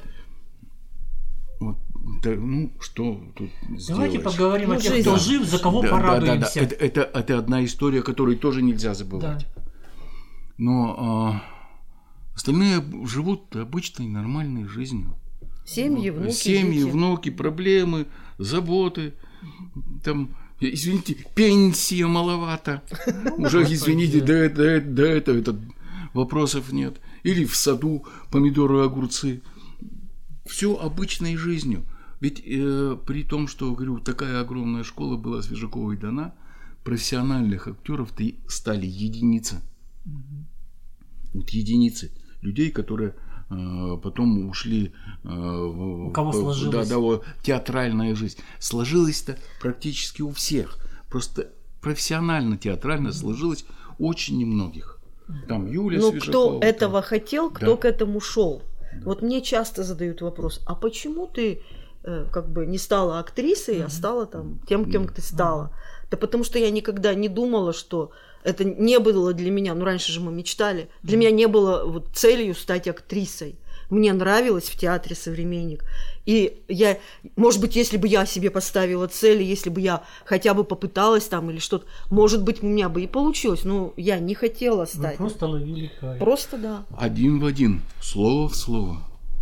Вот, что тут сделаешь? Давайте поговорим о тех, кто жив, за кого порадуемся. Да. Это одна история, которую тоже нельзя забывать. Да. Но остальные живут обычной, нормальной жизнью. Семьи, внуки. Семьи, дети. внуки, проблемы, заботы. Там, извините, пенсия маловато. Уже, извините, до этого вопросов нет. Или в саду помидоры, огурцы. Все обычной жизнью. Ведь при том, что, говорю, такая огромная школа была Свежаковой дана, профессиональных актеров-то стали единицы. Вот единицы людей, которые потом ушли у кого сложилось. Театральная жизнь. Сложилось-то практически у всех. Просто профессионально, театрально сложилось очень немногих. Там Юлия Свежакова. Кто этого хотел, кто к этому шел. Вот мне часто задают вопрос: а почему ты не стала актрисой, а стала тем, кем ты стала? Да потому что я никогда не думала, что это не было для меня, раньше же мы мечтали, для меня не было целью стать актрисой. Мне нравилось в театре «Современник». И я, может быть, если бы я себе поставила цели, если бы я хотя бы попыталась там или что-то, может быть, у меня бы и получилось, но я не хотела стать. Вы просто ловили кайф. Просто да. Один в один, слово в слово.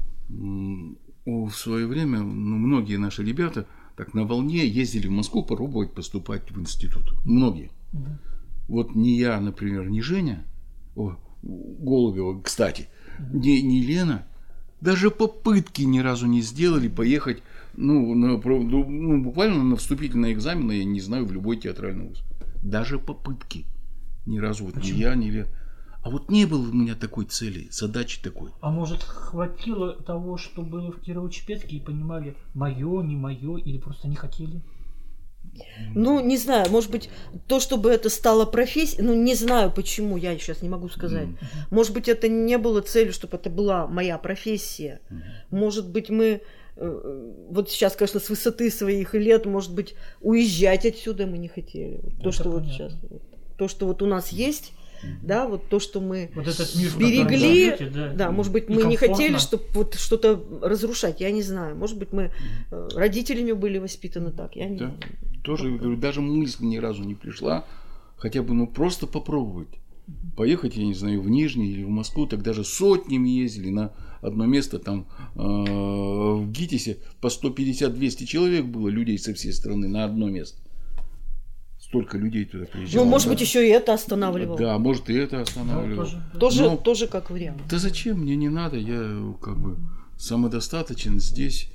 В свое время многие наши ребята так на волне ездили в Москву попробовать поступать в институт. Многие. Вот ни я, например, ни Женя, Голубева, кстати, ни Лена, даже попытки ни разу не сделали поехать, буквально на вступительные экзамены, я не знаю, в любой театральный вуз. Даже попытки. Ни разу вот ни я, ни Лена. А вот не было у меня такой цели, задачи такой. А может, хватило того, что было в Кирово-Чепецке, и понимали, мое, не мое, или просто не хотели? Не знаю, может быть, то, чтобы это стало профессией, не знаю почему, я сейчас не могу сказать. Может быть, это не было целью, чтобы это была моя профессия. Может быть, мы, вот сейчас, конечно, с высоты своих лет, может быть, уезжать отсюда мы не хотели. То, что вот сейчас, то, что вот у нас есть, да, вот то, что мы вот этот мир, берегли, живете, да, может быть, мы не хотели, чтобы вот что-то разрушать, я не знаю. Может быть, мы родителями были воспитаны так, я не знаю. Тоже, говорю, даже мысль ни разу не пришла, хотя бы, просто попробовать. Поехать, я не знаю, в Нижний или в Москву, так даже сотнями ездили на одно место, там в ГИТИСе по 150-200 человек было, людей со всей страны на одно место. Столько людей туда приезжало. Может быть, еще и это останавливало. Да, может, и это останавливало. Тоже как вариант. Да зачем? Мне не надо. Я самодостаточен здесь.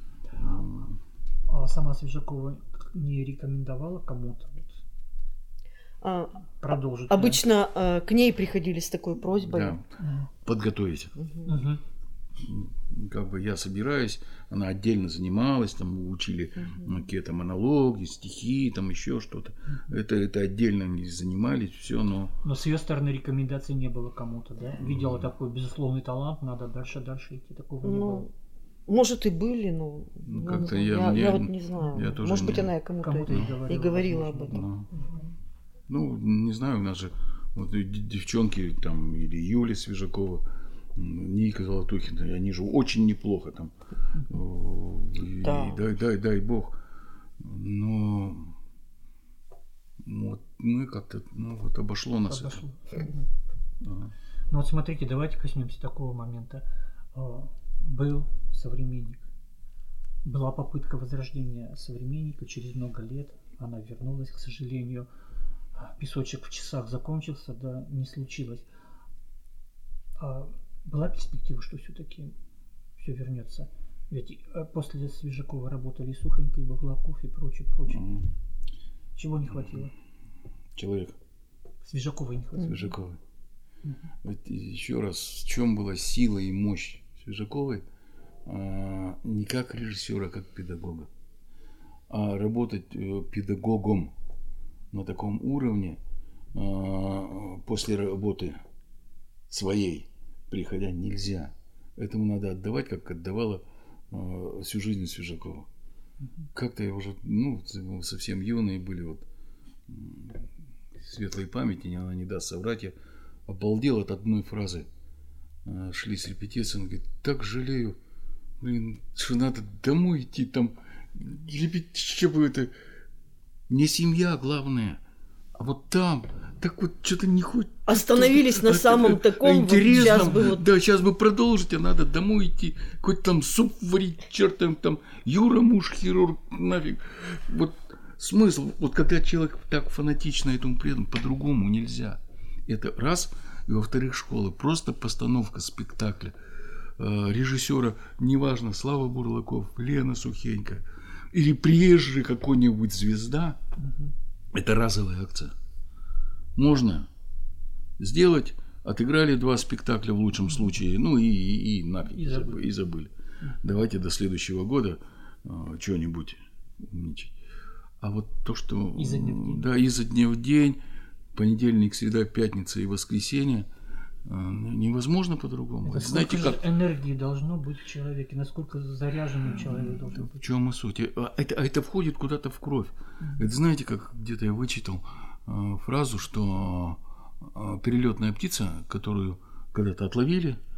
А сама Свежакова не рекомендовала кому-то продолжить? Обычно к ней приходили с такой просьбой. Да. Подготовить. Я собираюсь, она отдельно занималась, там учили какие-то монологи, стихи, там еще что-то. Это отдельно не занимались, все, но... Но с ее стороны рекомендаций не было кому-то, да? Видела такой безусловный талант, надо дальше идти, такого не было. Может и были, но как-то я вот не знаю. Может быть, она кому-то и говорила об этом. Не знаю, у нас же девчонки там или Юля Свежакова, Ника Золотухина, они же очень неплохо там. Да. Дай бог. Но как-то обошло нас это. Вот смотрите, давайте коснемся такого момента. Был «Современник». Была попытка возрождения «Современника» через много лет. Она вернулась, к сожалению. Песочек в часах закончился, да, не случилось. Была перспектива, что все-таки все вернется. Ведь после Свежакова работали и Сухонько, и Баблаков, и прочее. Чего не хватило? Человек. Свежаковой не хватило. Свежаковой. Еще раз, в чем была сила и мощь Свежаковой? Не как режиссера, а как педагога. А работать педагогом на таком уровне после работы своей, приходя, нельзя. Этому надо отдавать, как отдавала всю жизнь Свежакова. Как-то я уже, совсем юные были, светлой памяти, она не даст соврать, я обалдел от одной фразы. Шли с репетицией, он говорит, так жалею, что надо домой идти, там, чтобы это не семья главное, а вот там, так вот что-то не хочет. Остановились на самом таком интересном. Сейчас бы продолжить, а надо домой идти, хоть там суп варить, чертом там, Юра муж хирург, нафиг. Вот смысл, когда человек так фанатично этому предан, по-другому нельзя. Это раз, и во-вторых, школа, просто постановка спектакля. Режиссера, неважно, Слава Бурлаков, Лена Сухенько, или приезжий какой-нибудь звезда, это разовая акция. Можно сделать, отыграли 2 спектакля в лучшем случае, и нафиг, и забыли. Давайте до следующего года что-нибудь умничать. А вот то, что изо дня в день, понедельник, среда, пятница и воскресенье, невозможно по-другому. Знаете, как энергии должно быть в человеке, насколько заряженным человек должен быть. В чем и суть? Это входит куда-то в кровь. Это знаете, как где-то я вычитал фразу, что перелетная птица, которую когда-то отловили,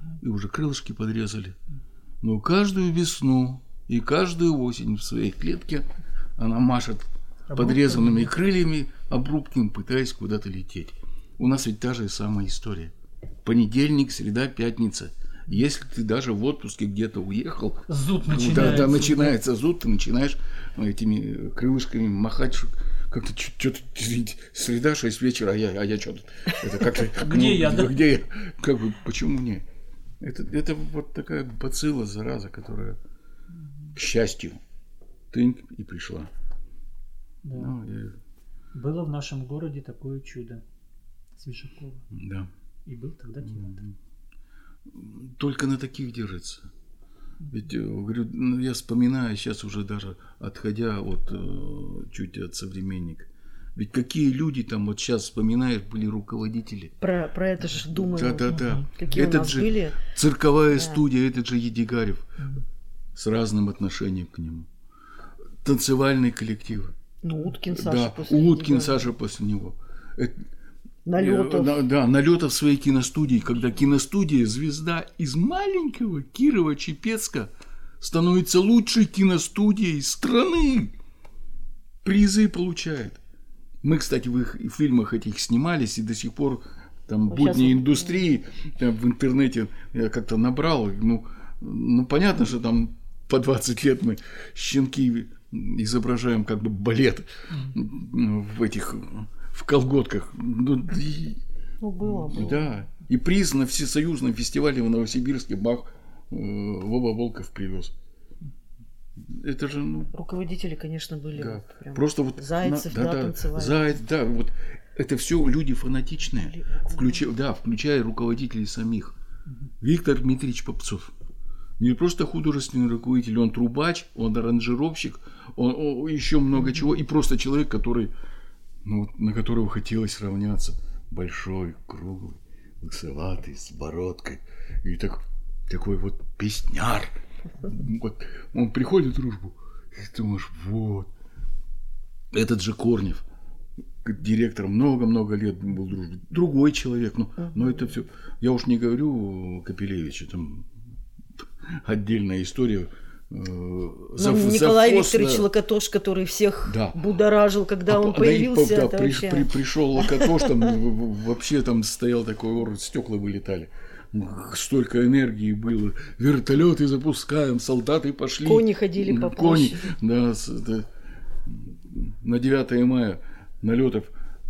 и уже крылышки подрезали. Но каждую весну и каждую осень в своей клетке она машет подрезанными крыльями, обрубками, пытаясь куда-то лететь. У нас ведь та же самая история. Понедельник, среда, пятница. Если ты даже в отпуске где-то уехал, зуд начинается. Да, начинается зуд, ты начинаешь этими крылышками махать. Как-то что-то среда, 6 вечера, а я что-то. Это как-то. Где я, да? Где я? Как бы, почему мне? Это вот такая бацилла, зараза, которая, к счастью, тынь и пришла. Да. Было в нашем городе такое чудо. Свежакова. Да. И был тогда театр. Только на таких держится. Ведь, говорю, я вспоминаю сейчас уже даже отходя чуть от современника. Ведь какие люди там, вот сейчас вспоминаешь, были руководители. Про это же думаю. Да. Какие этот у нас же были. Цирковая студия, этот же Едигарев. С разным отношением к нему. Танцевальные коллективы. Ну, Уткин Саша Да, после Уткин него. Саша после него. Налетов. Да, Налетов в своей киностудии, когда киностудия «Звезда» из маленького Кирова-Чепецка становится лучшей киностудией страны. Призы получает. Мы, кстати, в их фильмах этих снимались, и до сих пор там «Будни индустрии» там, в интернете я как-то набрал. Ну, понятно, что там по 20 лет мы щенки изображаем как бы балет в колготках. Было. Да. И приз на всесоюзном фестивале в Новосибирске Вова Волков привез. Это же, руководители, конечно, были. Да. Прям просто Зайцев, танцевали. Заяц, да, вот это все люди фанатичные, включая руководителей самих. Виктор Дмитриевич Попцов. Не просто художественный руководитель, он трубач, он аранжировщик, он еще много чего. И просто человек, который, на которого хотелось равняться. Большой, круглый, лысоватый, с бородкой. И такой вот песняр. Вот. Он приходит в дружбу, и ты думаешь, вот. Этот же Корнев, директор, много-много лет был в дружбе. Другой человек, но это все. Я уж не говорю Капелевича, там отдельная история. Николай Викторович Локотош, который всех будоражил, когда он появился. Пришел Локотош, там вообще там стоял такой ор, стекла вылетали. Столько энергии было. Вертолеты запускаем, солдаты пошли. Кони ходили по площади. Да, на 9 мая Налетов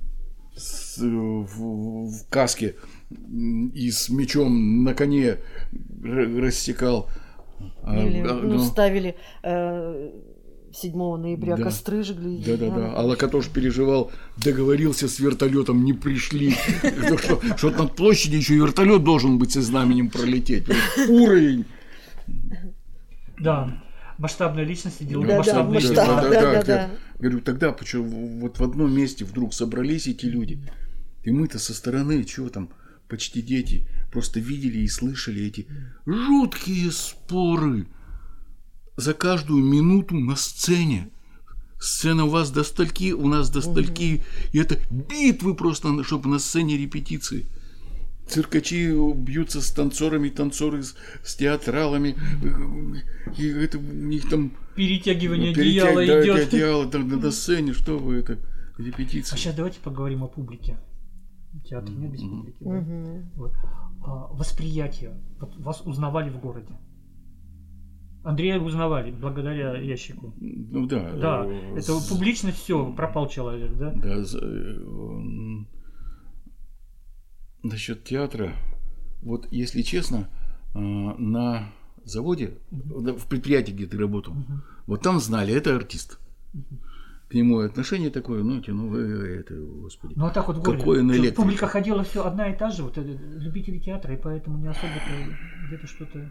в каске и с мечом на коне рассекал. Ставили 7 ноября костры жгли. Да. А Локотош переживал, договорился с вертолетом, не пришли. Что над площадью еще вертолет должен быть со знаменем пролететь. Уровень. Да. Масштабные личности делают масштабные дела. Да. Говорю, тогда почему вот в одном месте вдруг собрались эти люди. И мы-то со стороны, чего там, почти дети, просто видели и слышали эти жуткие споры. За каждую минуту на сцене. Сцена у вас до стольки, у нас до стольки. И это битвы просто, чтобы на сцене репетиции. Циркачи бьются с танцорами, танцоры с театралами. И это у них там... Перетягивание одеяла идет. Одеяло на сцене, что вы это, репетиция. А сейчас давайте поговорим о публике. Театр нет без публики. Да? Вот. Восприятие. Вот вас узнавали в городе. Андрея узнавали благодаря ящику. Да, это публично все, пропал человек, да? Да. Насчет театра, вот если честно, на заводе, в предприятии, где ты работал, вот там знали, это артист. К нему отношение такое, господи. Ну а так вот в городе публика ходила все одна и та же, вот любители театра, и поэтому не особо-то где-то что-то.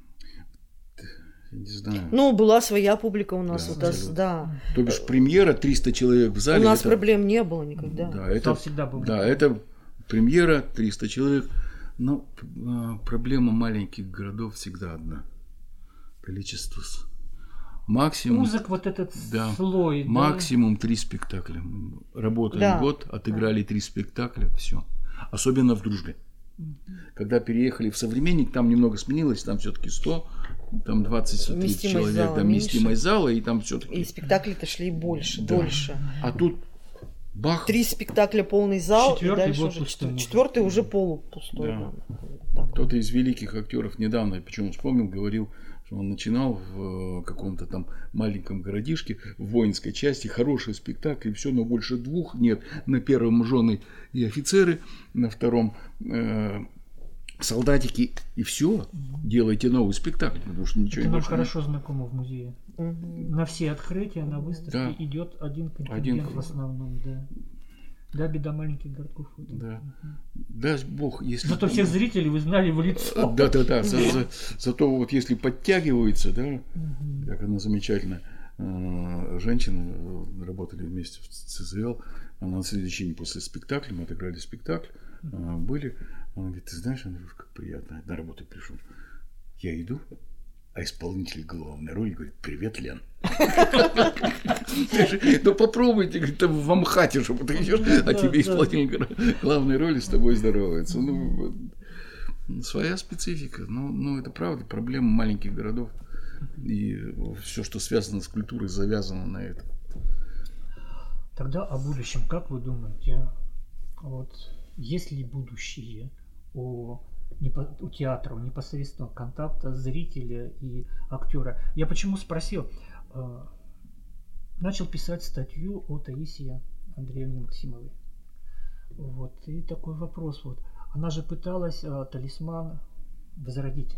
Не знаю. Была своя публика у нас. То бишь премьера 300 человек в зале. У нас проблем не было никогда. Да, это всегда был. Да, это премьера 300 человек. Но проблема маленьких городов всегда одна. Количество. Максимум. Узок вот этот слой. Максимум 3 спектакля. Работали год, отыграли 3 спектакля, все. Особенно в дружбе. Когда переехали в «Современник», там немного сменилось, там все-таки 100, там 20 человек, там вместимость зала, и там все-таки... И спектакли-то шли больше, дольше. А тут бах! 3 спектакля полный зал, и дальше уже 4-й уже полупустой. Да. Кто-то из великих актеров недавно, почему вспомнил, говорил, что он начинал в каком-то там маленьком городишке, в воинской части, хороший спектакль, и все, но больше 2 нет. На первом жены и офицеры, на втором солдатики, и все. Делайте новый спектакль, потому что ничего это не нам хорошо знакомо в музее. На все открытия, на выставке идет один контингент в основном, да. Да, беда маленьких городков. Да. Даст Бог, если... Зато всех зрителей вы знали в лицо. Да. Зато вот если подтягиваются, да, как она замечательно, женщина, работали вместе в ЦЗЛ, она на следующий день после спектакля, мы отыграли спектакль, были, она говорит, ты знаешь, Андрюш, как приятно, на работу пришел. Я иду, а исполнитель главной роли говорит, привет, Лен. Ну попробуйте, говорит, в Амхате, чтобы ты идешь, а тебе исполнитель главной роли с тобой здоровается. Ну, своя специфика. Ну, это правда, проблема маленьких городов. И все, что связано с культурой, завязано на это. Тогда о будущем, как вы думаете, вот есть ли будущее у театра, у непосредственного контакта зрителя и актера? Я почему спросил? Начал писать статью о Таисии Андреевне Максимовой. Вот, и такой вопрос. Вот. Она же пыталась талисман возродить.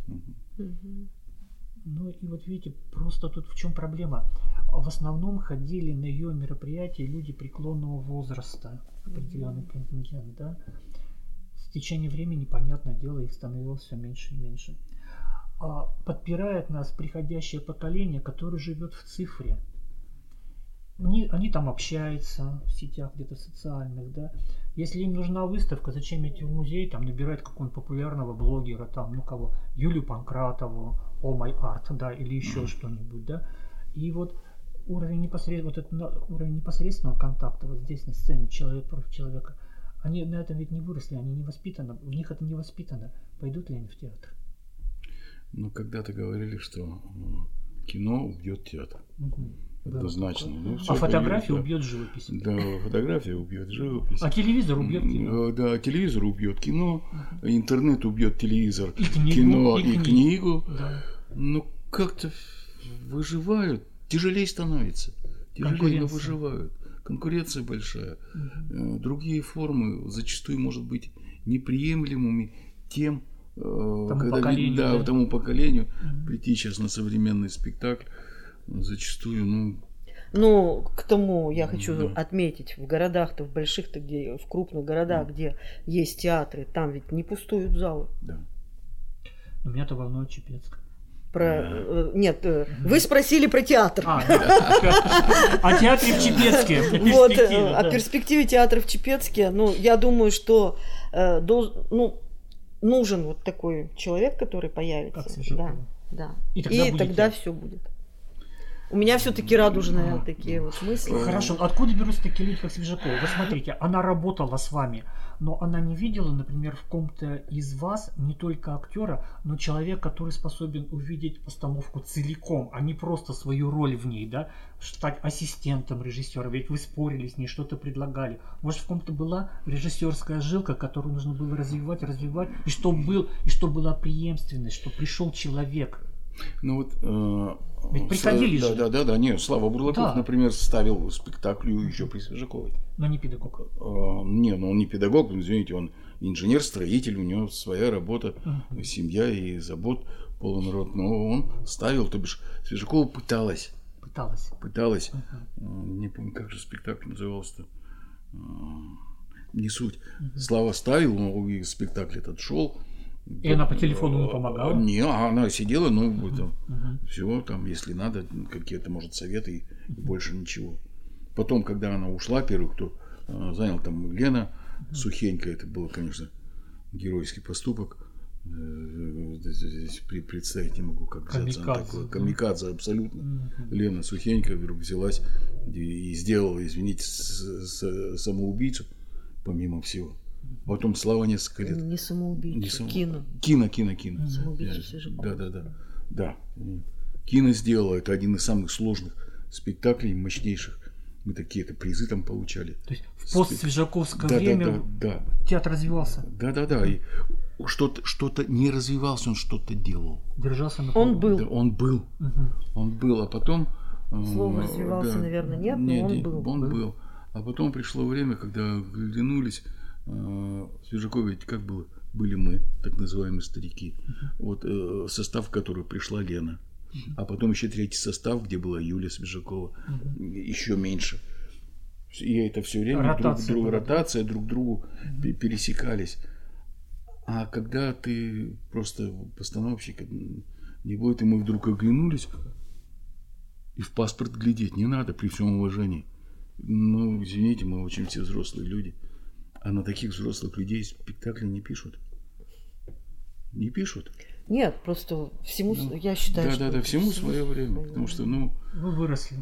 Ну и вот видите, просто тут в чем проблема. В основном ходили на ее мероприятия люди преклонного возраста, определенный контингент, да. В течение времени, понятное дело, их становилось все меньше и меньше. Подпирает нас приходящее поколение, которое живет в цифре. Они там общаются в сетях где-то социальных, да. Если им нужна выставка, зачем идти в музей, там набирать какого-нибудь популярного блогера, там, ну кого, Юлию Панкратову, Oh My Art, да, или еще что-нибудь, да. И вот уровень непосредственного контакта вот здесь на сцене, человек против человека, они на этом ведь не выросли, они не воспитаны, в них это не воспитано. Пойдут ли они в театр? Ну, когда-то говорили, что кино убьет театр. Однозначно. Ну, а фотография убьет живопись. Да, фотография убьет живопись. А телевизор убьет кино. Да, телевизор убьет кино, интернет убьет телевизор, и книгу, кино и книгу. Да. Ну, как-то выживают, тяжелее становится. Тяжелее, но выживают. Конкуренция большая. Другие формы зачастую может быть неприемлемыми тем, тому поколению. Прийти сейчас на современный спектакль зачастую, Ну, к тому я хочу отметить, в городах-то, в больших-то, в крупных городах, где есть театры, там ведь не пустуют залы. Да. Но меня-то волнует Чепецк. Нет, вы спросили про театр. О театре в Чепецке. Вот, о перспективе театра в Чепецке. Ну, я думаю, что нужен вот такой человек, который появится. Да. И тогда все будет. У меня все-таки радужные такие вот мысли. Хорошо, откуда берутся такие люди, как Свежакова? Вы смотрите, она работала с вами, но она не видела, например, в ком-то из вас не только актера, но человека, который способен увидеть постановку целиком, а не просто свою роль в ней, да, стать ассистентом режиссера. Ведь вы спорили с ней, что-то предлагали. Может, в ком-то была режиссерская жилка, которую нужно было развивать, и что была преемственность, что пришел человек. Ну вот. Ведь приходили же. Да. Нет, Слава Бурлаков, например, ставил спектакль еще при Свежаковой. Но не педагог. Он не педагог, извините, он инженер-строитель, у него своя работа, семья и забот полон рот. Но он ставил, то бишь Свежакова пыталась. Не помню, как же спектакль назывался-то. Не суть. Слава ставил, но и спектакль этот шел. И она по телефону не помогала? Не, она сидела, все, там, если надо, какие-то, может, советы и больше ничего. Потом, когда она ушла, первый, кто занял там Лена Сухенько, это был, конечно, геройский поступок. Здесь представить не могу, как взяться на такое. Камикадзе абсолютно. Лена Сухенько вдруг взялась и сделала, извините, самоубийцу, помимо всего. Потом Слава несколько лет. Не самоубийца, кино. Кино. Самоубийца Свежакова. Да. Кино сделало. Это один из самых сложных спектаклей, мощнейших. Мы такие-то призы там получали. То есть в постсвежаковское время театр развивался? Да. И что-то не развивался, он что-то делал. Держался на Он был. Да, он был, а потом... Слово развивался, наверное, нет, но он был. Он был. А потом пришло время, когда глянулись, в Свежакове ведь как было? Были мы, так называемые старики. Вот состав, в который пришла Лена. А потом еще третий состав, где была Юлия Свежакова. Еще меньше. И это все время ротация друг другу пересекались. А когда ты просто постановщик, не будет, и мы вдруг оглянулись, и в паспорт глядеть не надо, при всем уважении. Ну, извините, мы очень все взрослые люди. А на таких взрослых людей спектакли не пишут. Не пишут. Нет, просто всему, я считаю, что... Да, всему свое время. Потому что, Вы выросли.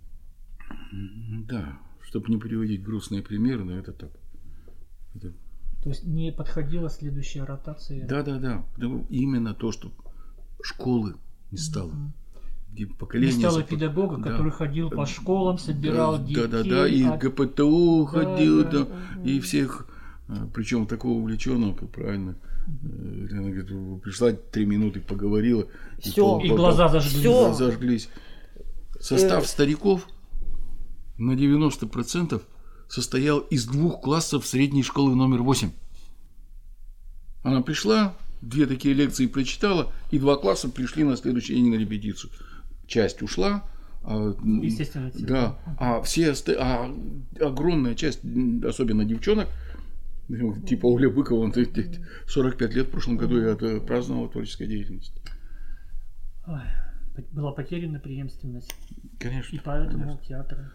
Да, чтобы не приводить грустные примеры, но это так. То есть не подходила следующая ротация? Да. Именно то, что школы не стало. Где поколение... Не стало педагога, который ходил по школам, собирал детей. И ГПТУ ходил, и всех... Причем такого увлеченного, как правильно... Лена говорит, пришла 3 минуты, поговорила. Все. И глаза зажглись. Состав стариков на 90% состоял из 2 классов средней школы номер 8. Она пришла, 2 такие лекции прочитала, и 2 класса пришли на следующий день на репетицию. Часть ушла. Естественно. Да. А огромная часть, особенно девчонок, типа Оля Быкова, 45 лет в прошлом году я праздновал творческой деятельности. Была потеряна преемственность. Конечно. И поэтому театра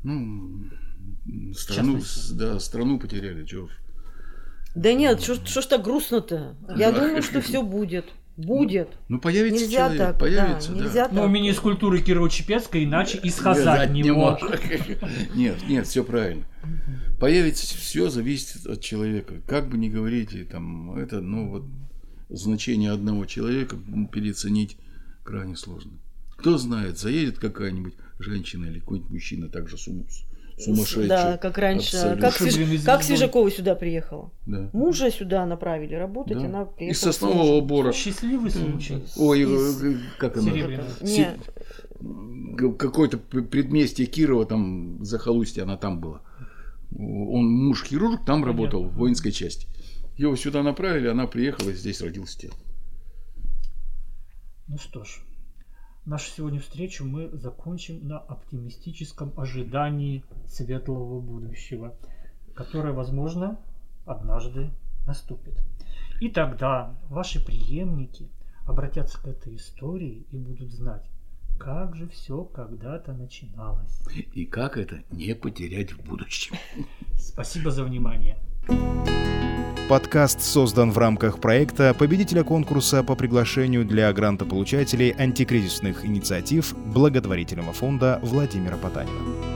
нет. Страну потеряли, чего ж. Да нет, что ж так грустно-то? Я думаю, что все будет. Будет. Появится нельзя человек, так, появится, да. Нельзя так. Но мини-скульптуры Кирово-Чепецкой иначе и сказать не может. Нет, все правильно. Появится, все зависит от человека. Как бы ни говорите, там, это, значение одного человека переоценить крайне сложно. Кто знает, заедет какая-нибудь женщина или какой-нибудь мужчина также сумасшедший. Да, как раньше. Как Свежакова сюда приехала. Да. Мужа сюда направили работать, она приехала. Из Соснового Бора. Счастливый случай. Как она? Какое-то предместье Кирова, там, захолустье, она там была. Он муж-хирург, там работал, в воинской части. Его сюда направили, она приехала, и здесь родился театр. Ну что ж, нашу сегодняшнюю встречу мы закончим на оптимистическом ожидании светлого будущего, которое, возможно, однажды наступит. И тогда ваши преемники обратятся к этой истории и будут знать, как же все когда-то начиналось. И как это не потерять в будущем. Спасибо за внимание. Подкаст создан в рамках проекта победителя конкурса по приглашению для грантополучателей антикризисных инициатив благотворительного фонда Владимира Потанина.